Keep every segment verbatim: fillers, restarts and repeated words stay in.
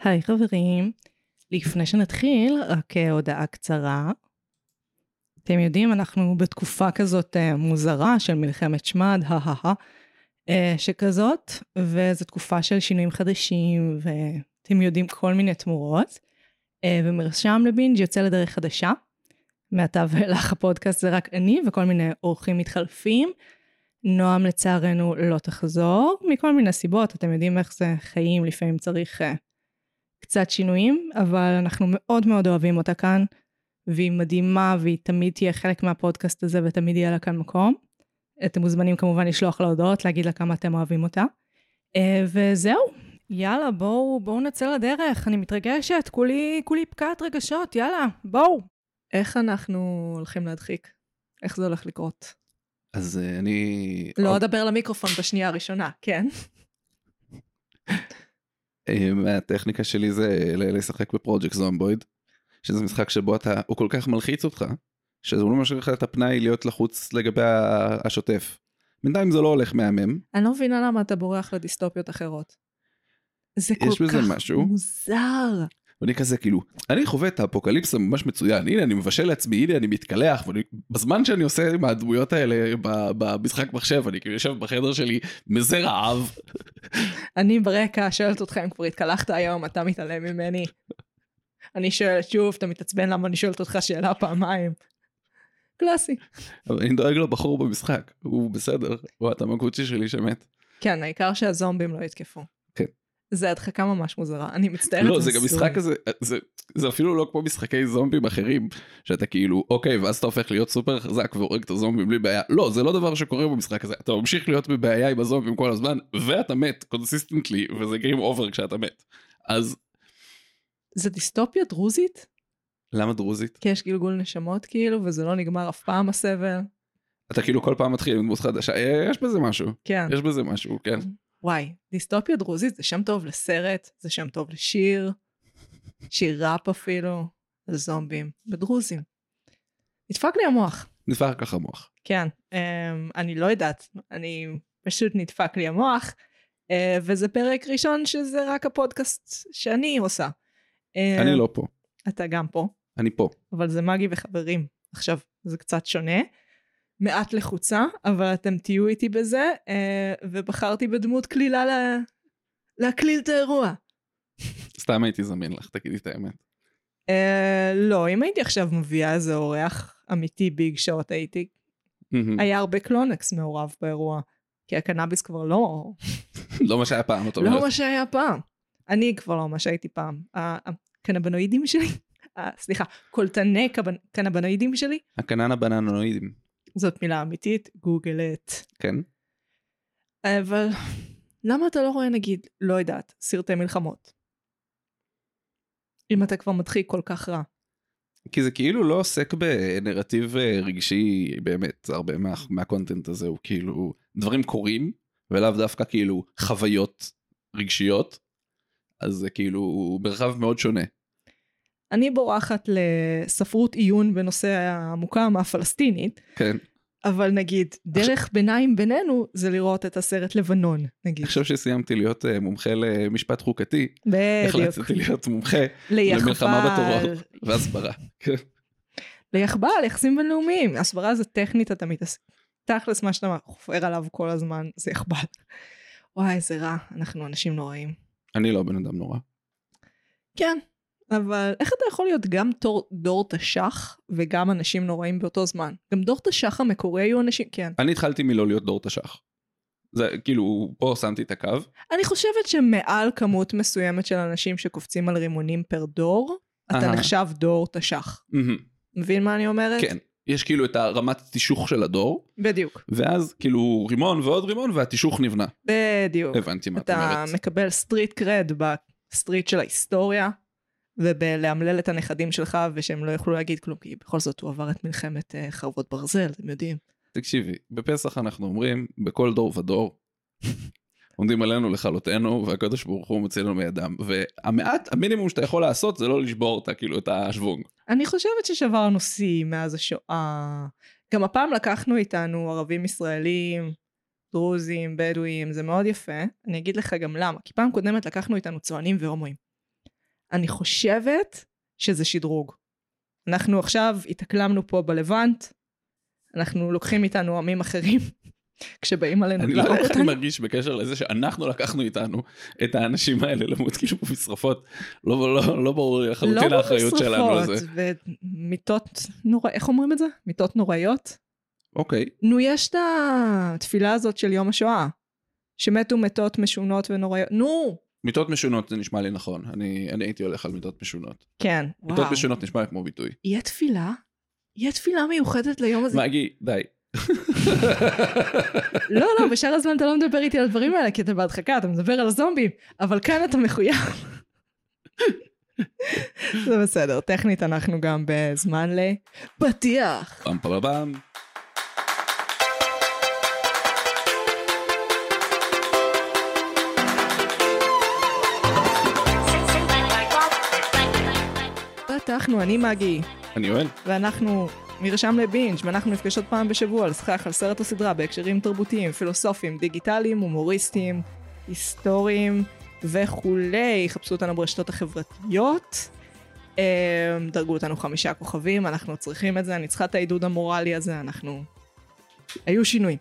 היי חברים, לפני שנתחיל, רק הודעה קצרה. אתם יודעים, אנחנו בתקופה כזאת מוזרה של מלחמת שמד, הא שכזאת, וזו תקופה של שינויים חדשים, ואתם יודעים כל מיני תמורות, ומרשם לבינג' יוצא לדרך חדשה, מעתה ואילך הפודקאסט זה רק אני, וכל מיני אורחים מתחלפים, נועם לצערנו לא תחזור, מכל מיני סיבות, אתם יודעים איך זה חיים, לפעמים צריך קצת שינויים, אבל אנחנו מאוד מאוד אוהבים אותה כאן, והיא מדהימה, והיא תמיד תהיה חלק מהפודקאסט הזה, ותמיד יהיה לה כאן מקום. אתם מוזמנים כמובן לשלוח לה הודעות, להגיד לה כמה אתם אוהבים אותה. וזהו, יאללה, בואו, בואו נצא לדרך, אני מתרגשת, כולי, כולי פקעת רגשות, יאללה, בואו. איך אנחנו הולכים להדחיק? איך זה הולך לקרות? אז אני... לא אדבר למיקרופון בשנייה הראשונה, כן? הטכניקה שלי זה לשחק בפרויקט זומבויד, שזה משחק שבו אתה, הוא כל כך מלחיץ אותך, שזה לא משאיר לך את הפנאי להיות לחוץ לגבי השוטף. בינתיים זה לא הולך מהמם. אני לא מבינה למה אתה בורח לדיסטופיות אחרות. זה כל כך משהו מוזר. ואני כזה כאילו, אני חווה את האפוקליפסה ממש מצוין, הנה אני מבשל לעצמי, הנה אני מתקלח, בזמן שאני עושה עם הדמויות האלה במשחק מחשב, אני כאילו יושב בחדר שלי מזה רעב. אני ברקע שואלת אותך אם כבר התקלחת היום, אתה מתעלם ממני. אני שואלת שוב, אתה מתעצבן למה אני שואלת אותך שאלה פעמיים. קלאסי. אבל אני דואג לו בחור במשחק, הוא בסדר, הוא התמגוצ'י שלי שמת. כן, העיקר שהזומבים לא יתקפו. כן. זה הדחקה ממש מוזרה, אני מצטערת. לא, זה גם משחק כזה, זה, זה אפילו לא כמו משחקי זומבים אחרים, שאתה כאילו, אוקיי, ואז אתה הופך להיות סופר חזק והורג את הזומבים בלי בעיה. לא, זה לא דבר שקורה במשחק הזה, אתה ממשיך להיות בבעיה עם הזומבים כל הזמן, ואתה מת, קונסיסטנטלי, וזה גיים אובר כשאתה מת. אז... זה דיסטופיה דרוזית? למה דרוזית? כי יש גלגול נשמות כאילו, וזה לא נגמר אף פעם הסבל. אתה כאילו כל פעם מתחיל עם דמות חדשה, יש בזה משהו. כן. יש בזה משהו, כן. וואי, דיסטופיה דרוזית זה שם טוב לסרט, זה שם טוב לשיר, שיר ראפ אפילו, לזומבים, בדרוזים. נדפק לי המוח. נדפק לך המוח. כן, אני לא יודעת, אני פשוט נדפק לי המוח, וזה פרק ראשון שזה רק הפודקאסט שאני עושה. אני לא פה. אתה גם פה. אני פה. אבל זה מגי וחברים. עכשיו, זה קצת שונה. מעט לחוצה, אבל אתם תהיו איתי בזה, ובחרתי בדמות כלילה לה... להקליל את האירוע. סתם הייתי זמין לך, תגידי את האמת. לא, אם הייתי עכשיו מביאה איזה אורח אמיתי ביג שוט הייתי, היה הרבה קלונקס מעורב באירוע, כי הקנאביס כבר לא... לא מה שהיה פעם, לא מה שהיה פעם. אני כבר לא מה שהייתי פעם. הקנבנואידים שלי, סליחה, קולטני קנבנואידים שלי. הקננבננואידים. זאת מילה אמיתית, גוגלת. כן. אבל למה אתה לא רואה נגיד, לא יודעת, סרטי מלחמות? אם אתה כבר מדחיק כל כך רע. כי זה כאילו לא עוסק בנרטיב רגשי באמת, הרבה מה, מהקונטנט הזה הוא כאילו דברים קורים, ולאו דווקא כאילו חוויות רגשיות, אז זה כאילו מרחב מאוד שונה. אני בורחת לספרות עיון בנושא המוקם הפלסטינית. כן. אבל נגיד, דרך ביניים בינינו, זה לראות את הסרט לבנון, נגיד. אני חושב שסיימתי להיות מומחה למשפט חוקתי. בדיוק. החלטתי להיות מומחה למלחמה בטרור והסברה. ליחבל, יחסים בינלאומיים. הסברה זה טכנית, אתה מתעסק. תכלס מה שאתה חופר עליו כל הזמן, זה יחבל. וואי, זה רע, אנחנו אנשים נוראים. אני לא בן אדם נורא. כן. אבל איך אתה יכול להיות גם דור, דור תש"ח וגם אנשים נוראים באותו זמן? גם דור תש"ח המקורי היו אנשים, כן. אני התחלתי מלא להיות דור תש"ח. זה כאילו, פה שמתי את הקו. אני חושבת שמעל כמות מסוימת של אנשים שקופצים על רימונים פר דור, אתה נחשב דור תש"ח. מבין מה אני אומרת? כן. יש כאילו את הרמת תישוך של הדור. בדיוק. ואז כאילו רימון ועוד רימון והתישוך נבנה. בדיוק. הבנתי מה את אומרת. אתה מקבל סטריט קרד בסטריט של ההיסטוריה. ובלהמלל את הנכדים שלך, ושהם לא יוכלו להגיד כלום, כי בכל זאת הוא עבר את מלחמת חרבות ברזל, אתם יודעים. תקשיבי, בפסח אנחנו אומרים, בכל דור ודור, עומדים עלינו לכלותנו, והקדוש ברוך הוא מציל לנו מידם, והמעט, המינימום שאתה יכול לעשות, זה לא לשבור אותה, כאילו, את השוונג. אני חושבת ששברנו שיא מאז השואה. גם הפעם לקחנו איתנו ערבים ישראלים, דרוזים, בדואים, זה מאוד יפה. אני אגיד לך גם למה, כי פעם קודמת לקחנו איתנו צוענים והומואים. אני חושבת שזה שדרוג. אנחנו עכשיו התאקלמנו פה בלבנט, אנחנו לוקחים איתנו עמים אחרים, כשבאים עלינו אני להרוג לא איך אותנו. אני מרגיש בקשר לזה שאנחנו לקחנו איתנו את האנשים האלה למות כאילו במשרפות, לא, לא, לא ברור לי לחלוטין לא האחריות שלנו על זה. ומיטות נורא, איך אומרים את זה? מיטות נוראיות? אוקיי. נו, יש את התפילה הזאת של יום השואה, שמתו מתות משונות ונוראיות, נו! מיטות משונות זה נשמע לי נכון, אני, אני הייתי הולך על מיטות משונות. כן, מיטות וואו. משונות נשמע כמו ביטוי. יהיה תפילה? יהיה תפילה מיוחדת ליום הזה? מגי, די. לא, לא, בשאר הזמן אתה לא מדבר איתי על הדברים האלה, כי אתה בהדחקה, אתה מדבר על הזומבים, אבל כאן אתה מחויב. זה בסדר, טכנית אנחנו גם בזמן לפתיח. פעם פעם פעם. פתחנו, אני מגי. אני יואל. ואנחנו מרשם לבינג' ואנחנו נפגשות פעם בשבוע לשחק על סרט או סדרה בהקשרים תרבותיים, פילוסופיים, דיגיטליים, הומוריסטיים, היסטוריים וכולי. חפשו אותנו ברשתות החברתיות, דרגו אותנו חמישה כוכבים, אנחנו צריכים את זה, אני צריכה את העידוד המורלי הזה, אנחנו... היו שינוי.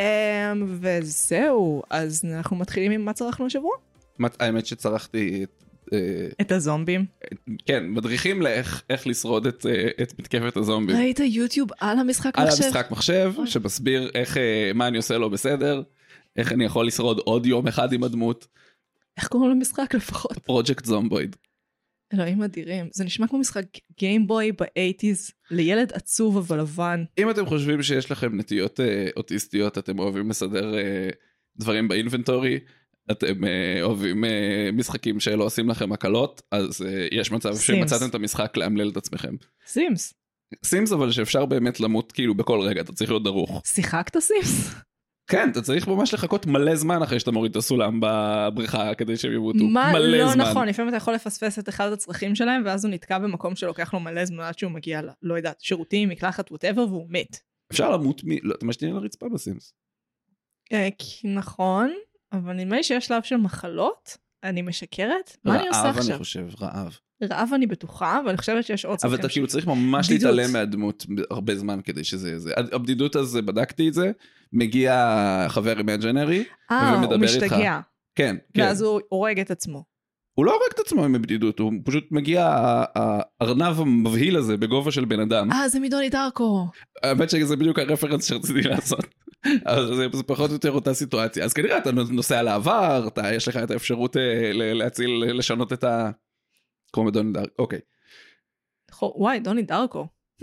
וזהו, אז אנחנו מתחילים עם מה צרכנו השבוע? האמת שצרכתי את... את הזומבים. כן, מדריכים לאיך איך לשרוד את, את מתקפת הזומבים. ראית יוטיוב על המשחק מחשב? על המשחק מחשב, שמסביר איך, מה אני עושה לו בסדר, איך אני יכול לשרוד עוד יום אחד עם הדמות. איך קוראים למשחק לפחות? פרויקט זומבויד. אלוהים אדירים, זה נשמע כמו משחק גיימבוי ב-שמונים, לילד עצוב אבל לבן. אם אתם חושבים שיש לכם נטיות אוטיסטיות, אתם אוהבים לסדר דברים באינבנטורי, אתם uh, אוהבים uh, משחקים שלא עושים לכם הקלות, אז uh, יש מצב Sims. שמצאתם את המשחק להמלל את עצמכם. סימס. סימס אבל שאפשר באמת למות כאילו בכל רגע, אתה צריך להיות דרוך. שיחקת סימס? כן, אתה צריך ממש לחכות מלא זמן אחרי שאתה מוריד את הסולם בבריכה כדי שהם ימותו. מה? מלא לא זמן. נכון, לפעמים אתה יכול לפספס את אחד הצרכים שלהם, ואז הוא נתקע במקום שלוקח לו מלא זמן עד שהוא מגיע, לא יודעת, שירותים, מקלחת, whatever, והוא מת. אפשר למות מ... לא, אתה משתין על הרצפה בסימס. אה, נכון. אבל נדמה לי שיש שלב של מחלות, אני משקרת, מה אני עושה עכשיו? רעב אני חושב, רעב. רעב אני בטוחה, אבל אני חושבת שיש עוד אבל אתה כאילו צריך ממש להתעלם מהדמות הרבה זמן כדי שזה זה. הבדידות הזה, בדקתי את זה, מגיע חבר אימג'נרי, אה, הוא משתגע. כן, כן. ואז הוא הורג את עצמו. הוא לא הורג את עצמו עם הבדידות, הוא פשוט מגיע, הארנב המבהיל הזה בגובה של בן אדם. אה, זה מדוני דארקו. האמת שזה בדיוק הרפרנס שרציתי לעשות. אבל זה, זה פחות או יותר אותה סיטואציה. אז כנראה אתה נוסע לעבר, אתה, יש לך את האפשרות להציל, לשנות את ה... קוראים דוני דארקו, אוקיי. וואי, דוני דארקו.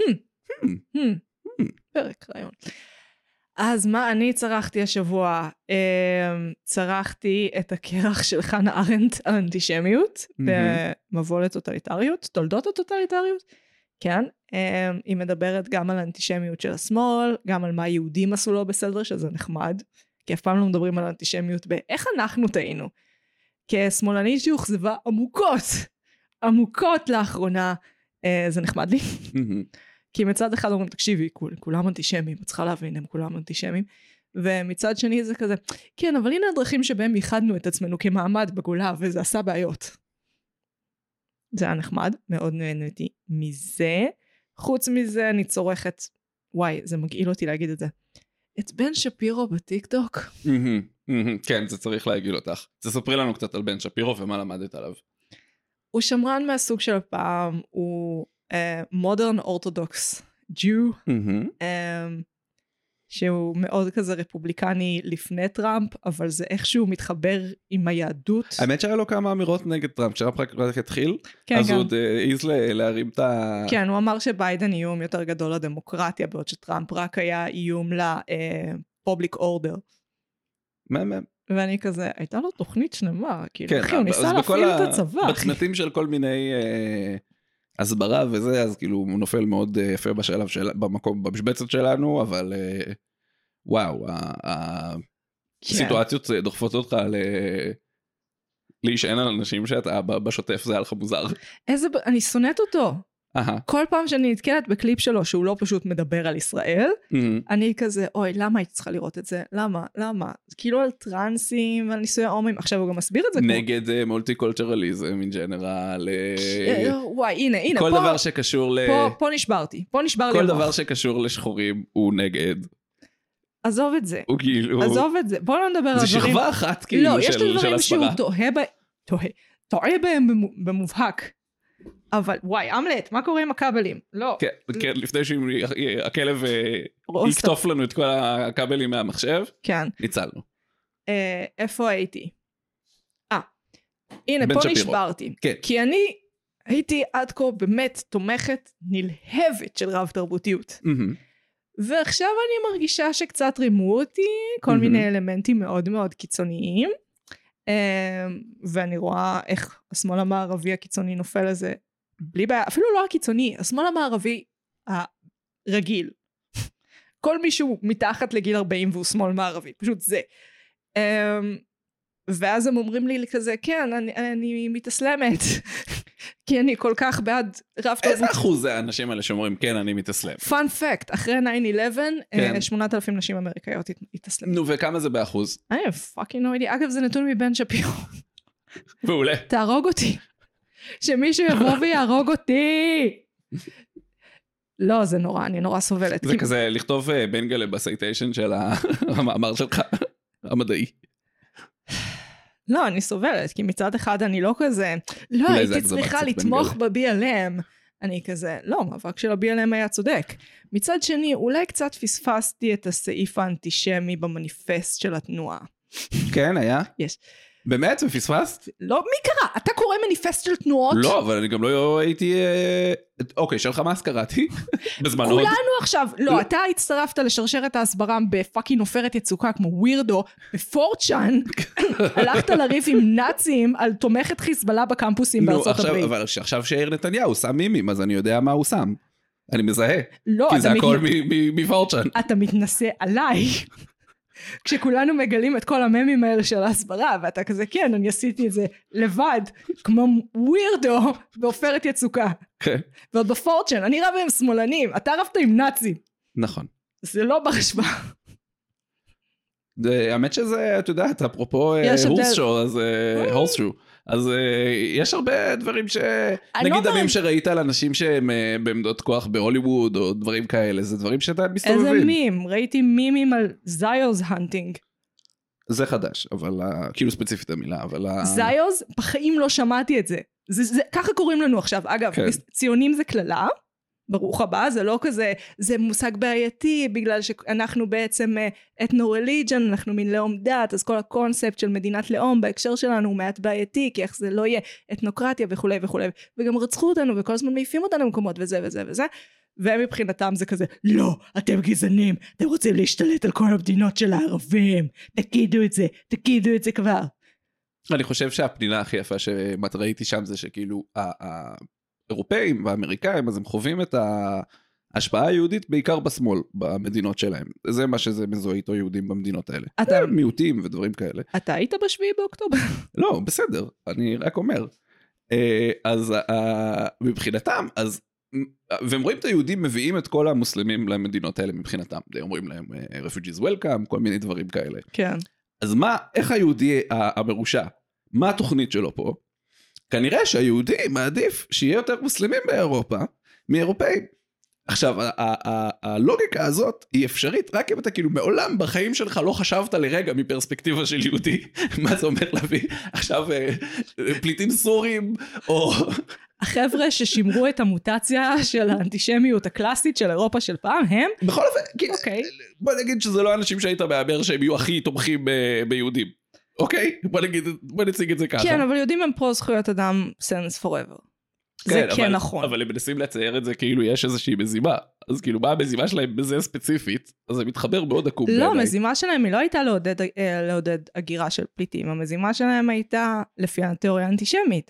פרק, רעיון. אז מה אני צרכתי השבוע? צרכתי את הקרח של חנה ארנדט על אנטישמיות, במבוא לטוטליטריות, תולדות הטוטליטריות. כן, היא מדברת גם על האנטישמיות של השמאל, גם על מה יהודים עשו לא בסדר, שזה נחמד, כי אף פעם לא מדברים על אנטישמיות באיך אנחנו טעינו. כשמאלנית שהוחזבה עמוקות, עמוקות לאחרונה, זה נחמד לי. כי מצד אחד אומרים, תקשיבי, כולם אנטישמים, את צריכה להבין, הם כולם אנטישמים, ומצד שני זה כזה, כן, אבל הנה הדרכים שבהם ייחדנו את עצמנו כמעמד בגולה, וזה עשה בעיות. זה היה נחמד, מאוד נהניתי מזה. חוץ מזה אני צורכת, וואי, זה מגעיל אותי להגיד את זה, את בן שפירו בטיקטוק. כן, זה צריך להגעיל אותך. תספרי לנו קצת על בן שפירו ומה למדת עליו. הוא שמרן מהסוג של הפעם, הוא מודרן אורתודוקס ג'ו, שהוא מאוד כזה רפובליקני לפני טראמפ, אבל זה איכשהו מתחבר עם היהדות. האמת שהיה לו כמה אמירות נגד טראמפ, שרק רק התחיל, אז הוא עוד העיז להרים את ה... כן, הוא אמר שביידן איום יותר גדול לדמוקרטיה, בעוד שטראמפ רק היה איום לפובליק אורדר. מה, ואני כזה, הייתה לו תוכנית שלמה, כאילו, אחי, הוא ניסה להפעיל את הצבא. בצמתים של כל מיני הסברה וזה, אז כאילו הוא נופל מאוד יפה בשלב של, במקום, במשבצת שלנו, אבל וואו, הסיטואציות דוחפות אותך להישען על אנשים שאתה בשוטף, זה היה לך מוזר. איזה, אני שונאת אותו. אהה. כל פעם שאני נתקלת בקליפ שלו, שהוא לא פשוט מדבר על ישראל, אני כזה, אוי, למה הייתי צריכה לראות את זה? למה? למה? זה כאילו על טרנסים ועל ניסוי ההומואים, עכשיו הוא גם מסביר את זה. נגד מולטי-קולטרליזם, in general. וואי, הנה, הנה. כל דבר שקשור ל... פה נשברתי, פה נשבר לי. כל דבר שקשור לשחורים הוא נגד. עזוב את זה. הוא כאילו... עזוב את זה. בוא לא נדבר על דברים... זה שכבה אחת כאילו של הסברה. לא, יש דברים שהוא טועה בהם, טועה, טועה בהם במובהק. אבל וואי, אמלט, מה קורה עם הכבלים? לא. כן, כן, לפני שהכלב יקטוף לנו את כל הכבלים מהמחשב, כן. ניצלנו. איפה הייתי? אה, הנה, פה נשברתי. כן. כי אני הייתי עד כה באמת תומכת נלהבת של רב תרבותיות. ועכשיו אני מרגישה שקצת רימו אותי, כל מיני אלמנטים מאוד מאוד קיצוניים, ואני רואה איך השמאל המערבי הקיצוני נופל לזה, בלי בעיה, אפילו לא הקיצוני, השמאל המערבי הרגיל. כל מישהו מתחת לגיל ארבעים והוא שמאל מערבי, פשוט זה. ואז הם אומרים לי כזה, כן, אני, אני מתאסלמת, כי אני כל כך בעד רב תרבות. איזה אחוז זה האנשים האלה שאומרים, כן, אני מתאסלם? פאנ פקט, אחרי נאין אלבן, כן. שמונת אלפים נשים אמריקאיות התאסלמו. נו, וכמה זה באחוז? אני פאקינג לא יודע, אגב, זה נתון מבן שפירו. מעולה. תהרוג אותי. שמישהו יבוא ויהרוג אותי. לא, זה נורא, אני נורא סובלת. זה כזה לכתוב בנגלה בסייטיישן של המאמר שלך, המדעי. לא, אני סובלת, כי מצד אחד אני לא כזה, לא, הייתי צריכה לתמוך ב-בי אל אם. אני כזה, לא, מאבק של ה-בי אל אם היה צודק. מצד שני, אולי קצת פספסתי את הסעיף האנטישמי במניפסט של התנועה. כן, היה? יש. באמת? ופספסת? לא, מי קרא? אתה קורא מניפסט של תנועות? לא, אבל אני גם לא הייתי... אוקיי, של חמאס קראתי. בזמנו. כולנו עכשיו, לא, אתה הצטרפת לשרשרת ההסברה בפאקינג עופרת יצוקה כמו ווירדו, בפורצ'אן, הלכת לריב עם נאצים על תומכת חיזבאללה בקמפוסים בארצות הברית. אבל עכשיו שיאיר נתניהו שם מימים, אז אני יודע מה הוא שם. אני מזהה. לא, כי זה הכל מפורצ'אן. אתה מתנסה עליי. כשכולנו מגלים את כל הממים האלה של ההסברה, ואתה כזה, כן, אני עשיתי את זה לבד, כמו ווירדו, בעופרת יצוקה. כן. ועוד בפורצ'ן, אני רב עם שמאלנים, אתה רבת עם נאצים. נכון. זה לא בהשוואה. האמת שזה, אתה יודעת, אפרופו הורס שואו, אז הורס שואו, אז יש הרבה דברים ש... נגיד דמים שראית על אנשים שהם בעמדות כוח בהוליווד, או דברים כאלה, זה דברים שאתה מסתובבים. איזה מים? ראיתי מימים על זיוז הנטינג. זה חדש, אבל כאילו ספציפית המילה, אבל... זיוז? בחיים לא שמעתי את זה. ככה קוראים לנו עכשיו. אגב, ציונים זה כללה. ברוך הבא, זה לא כזה, זה מושג בעייתי, בגלל שאנחנו בעצם אתנו-רליג'ן, אנחנו מין לאום דת, אז כל הקונספט של מדינת לאום בהקשר שלנו הוא מעט בעייתי, כי איך זה לא יהיה אתנוקרטיה וכו' וכו', וגם רצחו אותנו וכל הזמן מעיפים אותנו במקומות וזה וזה וזה, ומבחינתם זה כזה, לא, אתם גזענים, אתם רוצים להשתלט על כל המדינות של הערבים, תגידו את זה, תגידו את זה כבר. אני חושב שהפנינה הכי יפה שמת ראיתי שם זה שכאילו, אירופאים והאמריקאים, אז הם חווים את ההשפעה היהודית בעיקר בשמאל, במדינות שלהם. זה מה שזה מזוהה איתו יהודים במדינות האלה. אתה... מיעוטים ודברים כאלה. אתה היית בשביעי באוקטובר? לא, בסדר, אני רק אומר. אז מבחינתם, אז, והם רואים את היהודים מביאים את כל המוסלמים למדינות האלה מבחינתם. הם אומרים להם, refugees welcome, כל מיני דברים כאלה. כן. אז מה, איך היהודי המרושע, מה התוכנית שלו פה? כנראה שהיהודי מעדיף שיהיה יותר מוסלמים באירופה מאירופאים. עכשיו, הלוגיקה הזאת היא אפשרית רק אם אתה כאילו מעולם בחיים שלך לא חשבת לרגע מפרספקטיבה של יהודי, מה זה אומר להביא עכשיו פליטים סורים או... החבר'ה ששימרו את המוטציה של האנטישמיות הקלאסית של אירופה של פעם, הם? בכל אופן, okay. בוא נגיד שזה לא אנשים שהיית מאמר שהם יהיו הכי תומכים ביהודים. אוקיי, בוא נגיד, בוא נציג את זה ככה. כן, אבל יודעים הם פה זכויות אדם since forever. זה כן נכון. אבל הם מנסים לצייר את זה כאילו יש איזושהי מזימה. אז כאילו מה המזימה שלהם בזה ספציפית? אז זה מתחבר מאוד עקום. לא, המזימה שלהם היא לא הייתה לעודד הגירה של פליטים. המזימה שלהם הייתה לפי התיאוריה האנטישמית.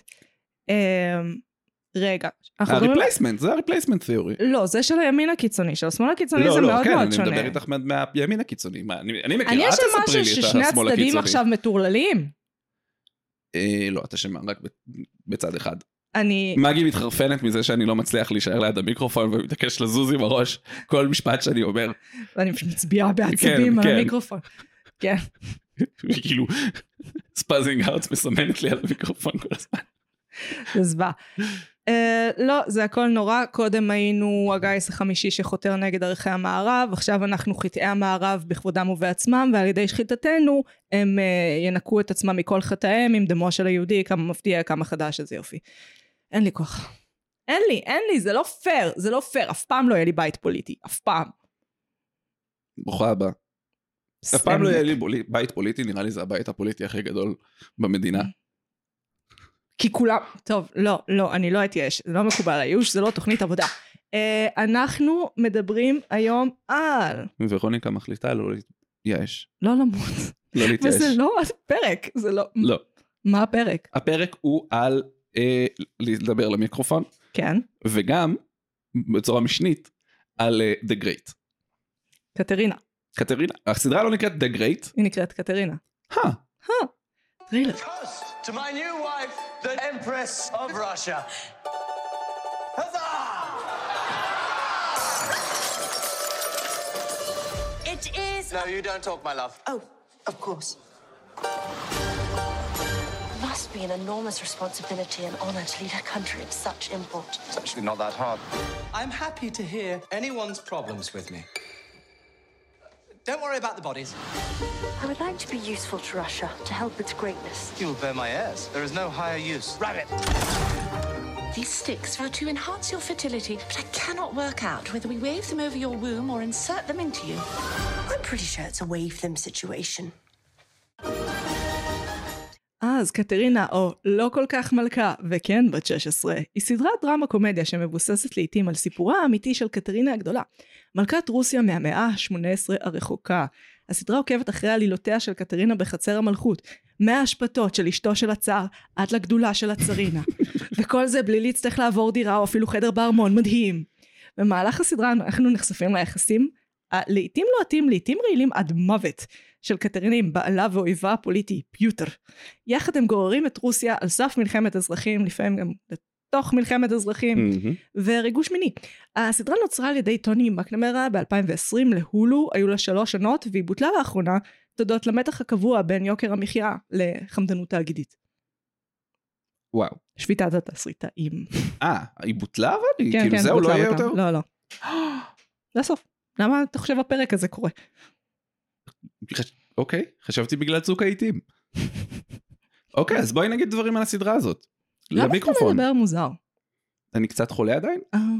רגע. הריפלייסמנט, זה הריפלייסמנט תיאורי. לא, זה של הימין הקיצוני, של השמאל הקיצוני זה מאוד מאוד שונה. אני מדבר איתך מהימין הקיצוני. אני מכירה, אל תספרי לי את השמאל הקיצוני. ששני הצדדים עכשיו מטורללים? לא, אתה שמע רק בצד אחד. אני... מגי מתחרפנת מזה שאני לא מצליח להישאר ליד המיקרופון ומתעקש לזוז עם הראש כל משפט שאני אומר. ואני מצביעה בעצבים על המיקרופון. כן. וכאילו, ספאזינג הארץ מסמנת לי על המיקרופון כל הזמן. זה זווה. לא, זה הכל נורא. קודם היינו הגיס החמישי שחותר נגד ערכי המערב, עכשיו אנחנו חטאי המערב בכבודם ובעצמם, ועל ידי שחיטתנו הם ינקו את עצמם מכל חטאיהם עם דמו של היהודי, כמה מפתיע, כמה חדש, איזה יופי. אין לי כוח. אין לי, אין לי, זה לא פייר, זה לא פייר, אף פעם לא יהיה לי בית פוליטי, אף פעם. ברוכה הבאה. אף פעם לא יהיה לי בית פוליטי, נראה לי זה הבית הפוליטי הכי גדול במדינה. כי כולם, טוב, לא, לא, אני לא אתייאש, זה לא מקובל, הייאוש זה לא תוכנית עבודה. אנחנו מדברים היום על... ורוניקה מחליטה לא להתייאש. לא למות. לא להתייאש. וזה לא הפרק, זה לא... לא. מה הפרק? הפרק הוא על לדבר למיקרופון. כן. וגם, בצורה משנית, על The Great. קטרינה. קטרינה. הסדרה לא נקראת The Great. היא נקראת קטרינה. הא. הא. טריילר. To my new wife, the Empress of Russia. Huzzah! It is... No, you don't talk, my love. Oh, of course. It must be an enormous responsibility and honor to lead a country of such import. It's actually not that hard. I'm happy to hear anyone's problems with me. Don't worry about the bodies. I would like to be useful to Russia, to help its greatness. You will bear my heirs. There is no higher use. Rabbit! These sticks are to enhance your fertility, but I cannot work out whether we wave them over your womb or insert them into you. I'm pretty sure it's a wave them situation. אז קטרינה, או לא כל כך מלכה, וכן בת שש עשרה, היא סדרת דרמה קומדיה שמבוססת לעתים על סיפורה האמיתי של קטרינה הגדולה, מלכת רוסיה מהמאה ה-שמונה עשרה הרחוקה. הסדרה עוקבת אחרי עלילותיה של קטרינה בחצר המלכות, מההשפטות של אשתו של הצאר עד לגדולה של הצרינה, וכל זה בלי להצטרך לעבור דירה או אפילו חדר בארמון מדהים. במהלך הסדרה אנחנו נחשפים ליחסים לעתים לוהטים, לעתים רעילים עד מוות של קטרינה עם בעלה ואויבה הפוליטי פיוטר. יחד הם גוררים את רוסיה על סף מלחמת אזרחים, לפעמים גם לתוך מלחמת אזרחים, mm-hmm. וריגוש מיני. הסדרה נוצרה על ידי טוני מקנמרה ב-אלפיים ועשרים להולו, היו לה שלוש שנות, והיא בוטלה לאחרונה תודות למתח הקבוע בין יוקר המחיה לחמדנות תאגידית. וואו. שביתת התסריטאים. אה, היא בוטלה אבל? כן, כאילו כן, זהו, לא יהיה אותה. יותר? לא, לא. זה הסוף. למה אתה חושב הפרק הזה קורה? אוקיי, חשבתי בגלל צוק העיתים. אוקיי, אז בואי נגיד דברים על הסדרה הזאת. למה אתה מדבר מוזר? אני קצת חולה עדיין?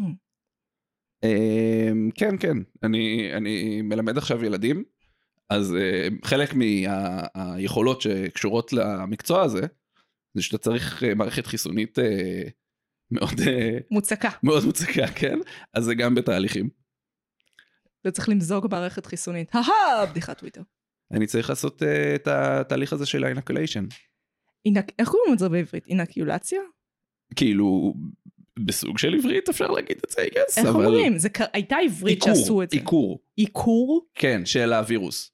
כן, כן. אני מלמד עכשיו ילדים, אז חלק מהיכולות שקשורות למקצוע הזה, זה שאתה צריך מערכת חיסונית מאוד... מוצקה. מאוד מוצקה, כן. אז זה גם בתהליכים. וצריך למזוג מערכת חיסונית. הא, בדיחת טוויטר. אני צריך לעשות את התהליך הזה של האינקוליישן. איך קוראים את זה בעברית? אינקיולציה? כאילו, בסוג של עברית אפשר להגיד את זה, I guess. איך אומרים? הייתה עברית שעשו את זה. עיקור. עיקור? כן, של הווירוס.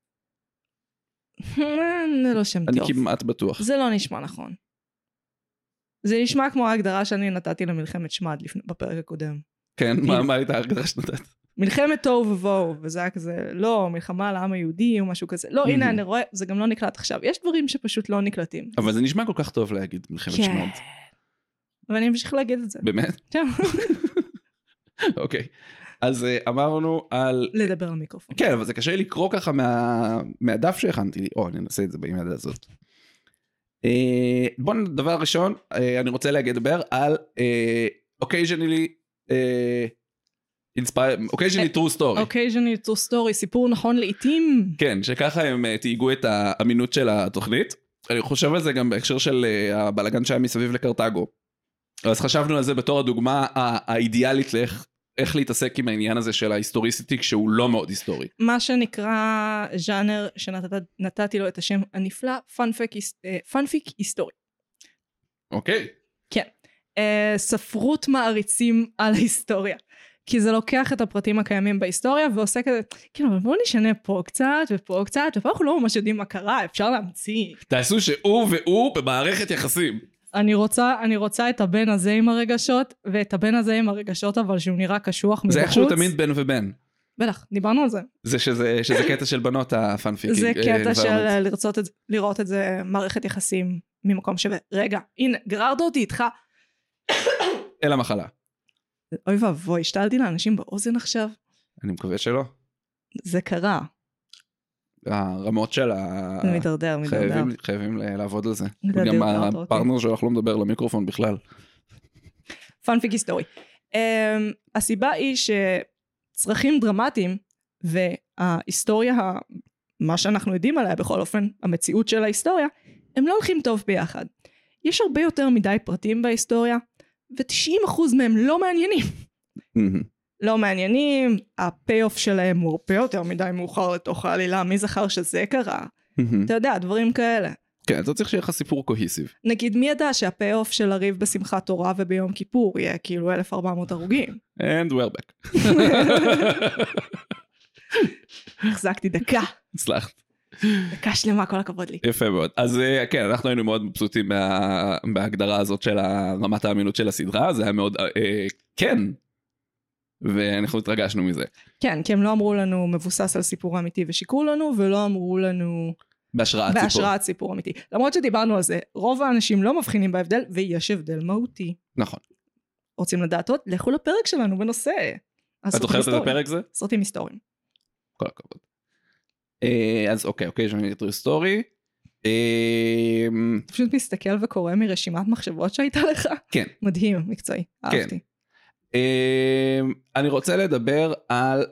זה לא שם טוב. אני כמעט בטוח. זה לא נשמע נכון. זה נשמע כמו ההגדרה שאני נתתי למלחמת שמד בפרק הקודם. כן, מה הייתה ההגדרה שנתת? מלחמת תוהו ובוהו, וזה היה כזה, לא, מלחמה על העם היהודי או משהו כזה. לא, הנה, אני רואה, זה גם לא נקלט עכשיו. יש דברים שפשוט לא נקלטים. אבל זה נשמע כל כך טוב להגיד מלחמת שמד. אבל אני אמשיך להגיד את זה. באמת? כן. אוקיי. אז אמרנו על... לדבר על מיקרופון. כן, אבל זה קשה לקרוא ככה מהדף שהכנתי לי. או, אני אנסה את זה בימי הדף הזאת. בואו, דבר ראשון, אני רוצה לדבר על occasionally occasionally true story. occasionally true story, סיפור נכון לעתים. כן, שככה הם תהיגו את האמינות של התוכנית. אני חושב על זה גם בהקשר של הבלגן שהיה מסביב לקרטגו. אז חשבנו על זה בתור הדוגמה האידיאלית לאיך איך להתעסק עם העניין הזה של ההיסטוריסיטי כשהוא לא מאוד היסטורי. מה שנקרא ז'אנר שנתתי לו את השם הנפלא, פאנפיק היסטורי. אוקיי. כן. ספרות מעריצים על ההיסטוריה. כי זה לוקח את הפרטים הקיימים בהיסטוריה ועושה כזה, כן, אבל בואו נשנה פה קצת ופה קצת, ופה אנחנו לא ממש יודעים מה קרה, אפשר להמציא. תעשו שהוא והוא במערכת יחסים. אני רוצה, אני רוצה את הבן הזה עם הרגשות, ואת הבן הזה עם הרגשות, אבל שהוא נראה קשוח מבחוץ. זה איכשהו תמיד בן ובן. בטח, דיברנו על זה. זה שזה, שזה קטע של בנות הפאנפיקינג. זה קטע של לרצות את, לראות את זה מערכת יחסים ממקום שווה. רגע, הנה, גררת אותי איתך. אל המחלה. אוי ואבוי, השתלתי לאנשים באוזן עכשיו. אני מקווה שלא. זה קרה. הרמות של ה... מדרדר, מדרדר. חייבים, חייבים לעבוד על זה. מדרדר, גם אותי. הפרטנר שלך לא מדבר למיקרופון בכלל. פאנפיק היסטורי. Um, הסיבה היא שצרכים דרמטיים, וההיסטוריה, מה שאנחנו יודעים עליה בכל אופן, המציאות של ההיסטוריה, הם לא הולכים טוב ביחד. יש הרבה יותר מדי פרטים בהיסטוריה, ו-תשעים אחוז מהם לא מעניינים. לא מעניינים, הפי-אוף שלהם הוא הרבה יותר מדי מאוחר לתוך העלילה, מי זכר שזה קרה? אתה יודע, דברים כאלה. כן, אתה צריך שיהיה לך סיפור קוהיסיב. נגיד, מי ידע שהפי-אוף של הריב בשמחת תורה וביום כיפור יהיה כאילו אלף וארבע מאות הרוגים? And we're back. החזקתי דקה. הצלחת. דקה שלמה, כל הכבוד לי. יפה מאוד. אז כן, אנחנו היינו מאוד מבסוטים מה... בהגדרה הזאת של רמת האמינות של הסדרה, זה היה מאוד, אה, כן. ואנחנו התרגשנו מזה. כן, כי הם לא אמרו לנו מבוסס על סיפור אמיתי ושיקרו לנו, ולא אמרו לנו... בהשראת סיפור. בהשראת סיפור אמיתי. למרות שדיברנו על זה, רוב האנשים לא מבחינים בהבדל, ויש הבדל מהותי. נכון. רוצים לדעת עוד? לכו לפרק שלנו בנושא. את זוכרת את הפרק זה? סרטים היסטוריים. כל הכבוד. אז אוקיי, אוקיי, יש לנו את היסטורי. אתה פשוט מסתכל וקורא מרשימת מחשבות שהייתה לך? כן. מדהים, מקצועי, אהבתי. אני רוצה לדבר על...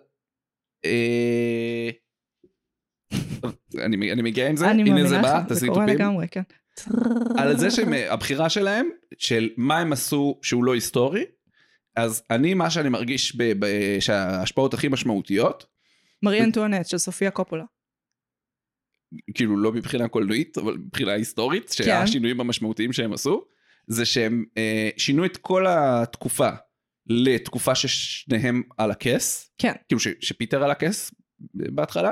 אני מגיע עם זה, הנה זה בא, תעשי תופים. לגמרי, כן. על זה שהבחירה שלהם, של מה הם עשו שהוא לא היסטורי, אז אני, מה שאני מרגיש שההשפעות הכי משמעותיות, מרי אנטואנט של סופיה קופולה. כאילו לא מבחינה קולנועית, אבל מבחינה היסטורית, שהשינויים המשמעותיים שהם עשו, זה שהם שינו את כל התקופה, לתקופה ששניהם על הכס, כן. כאילו שפיטר על הכס בהתחלה,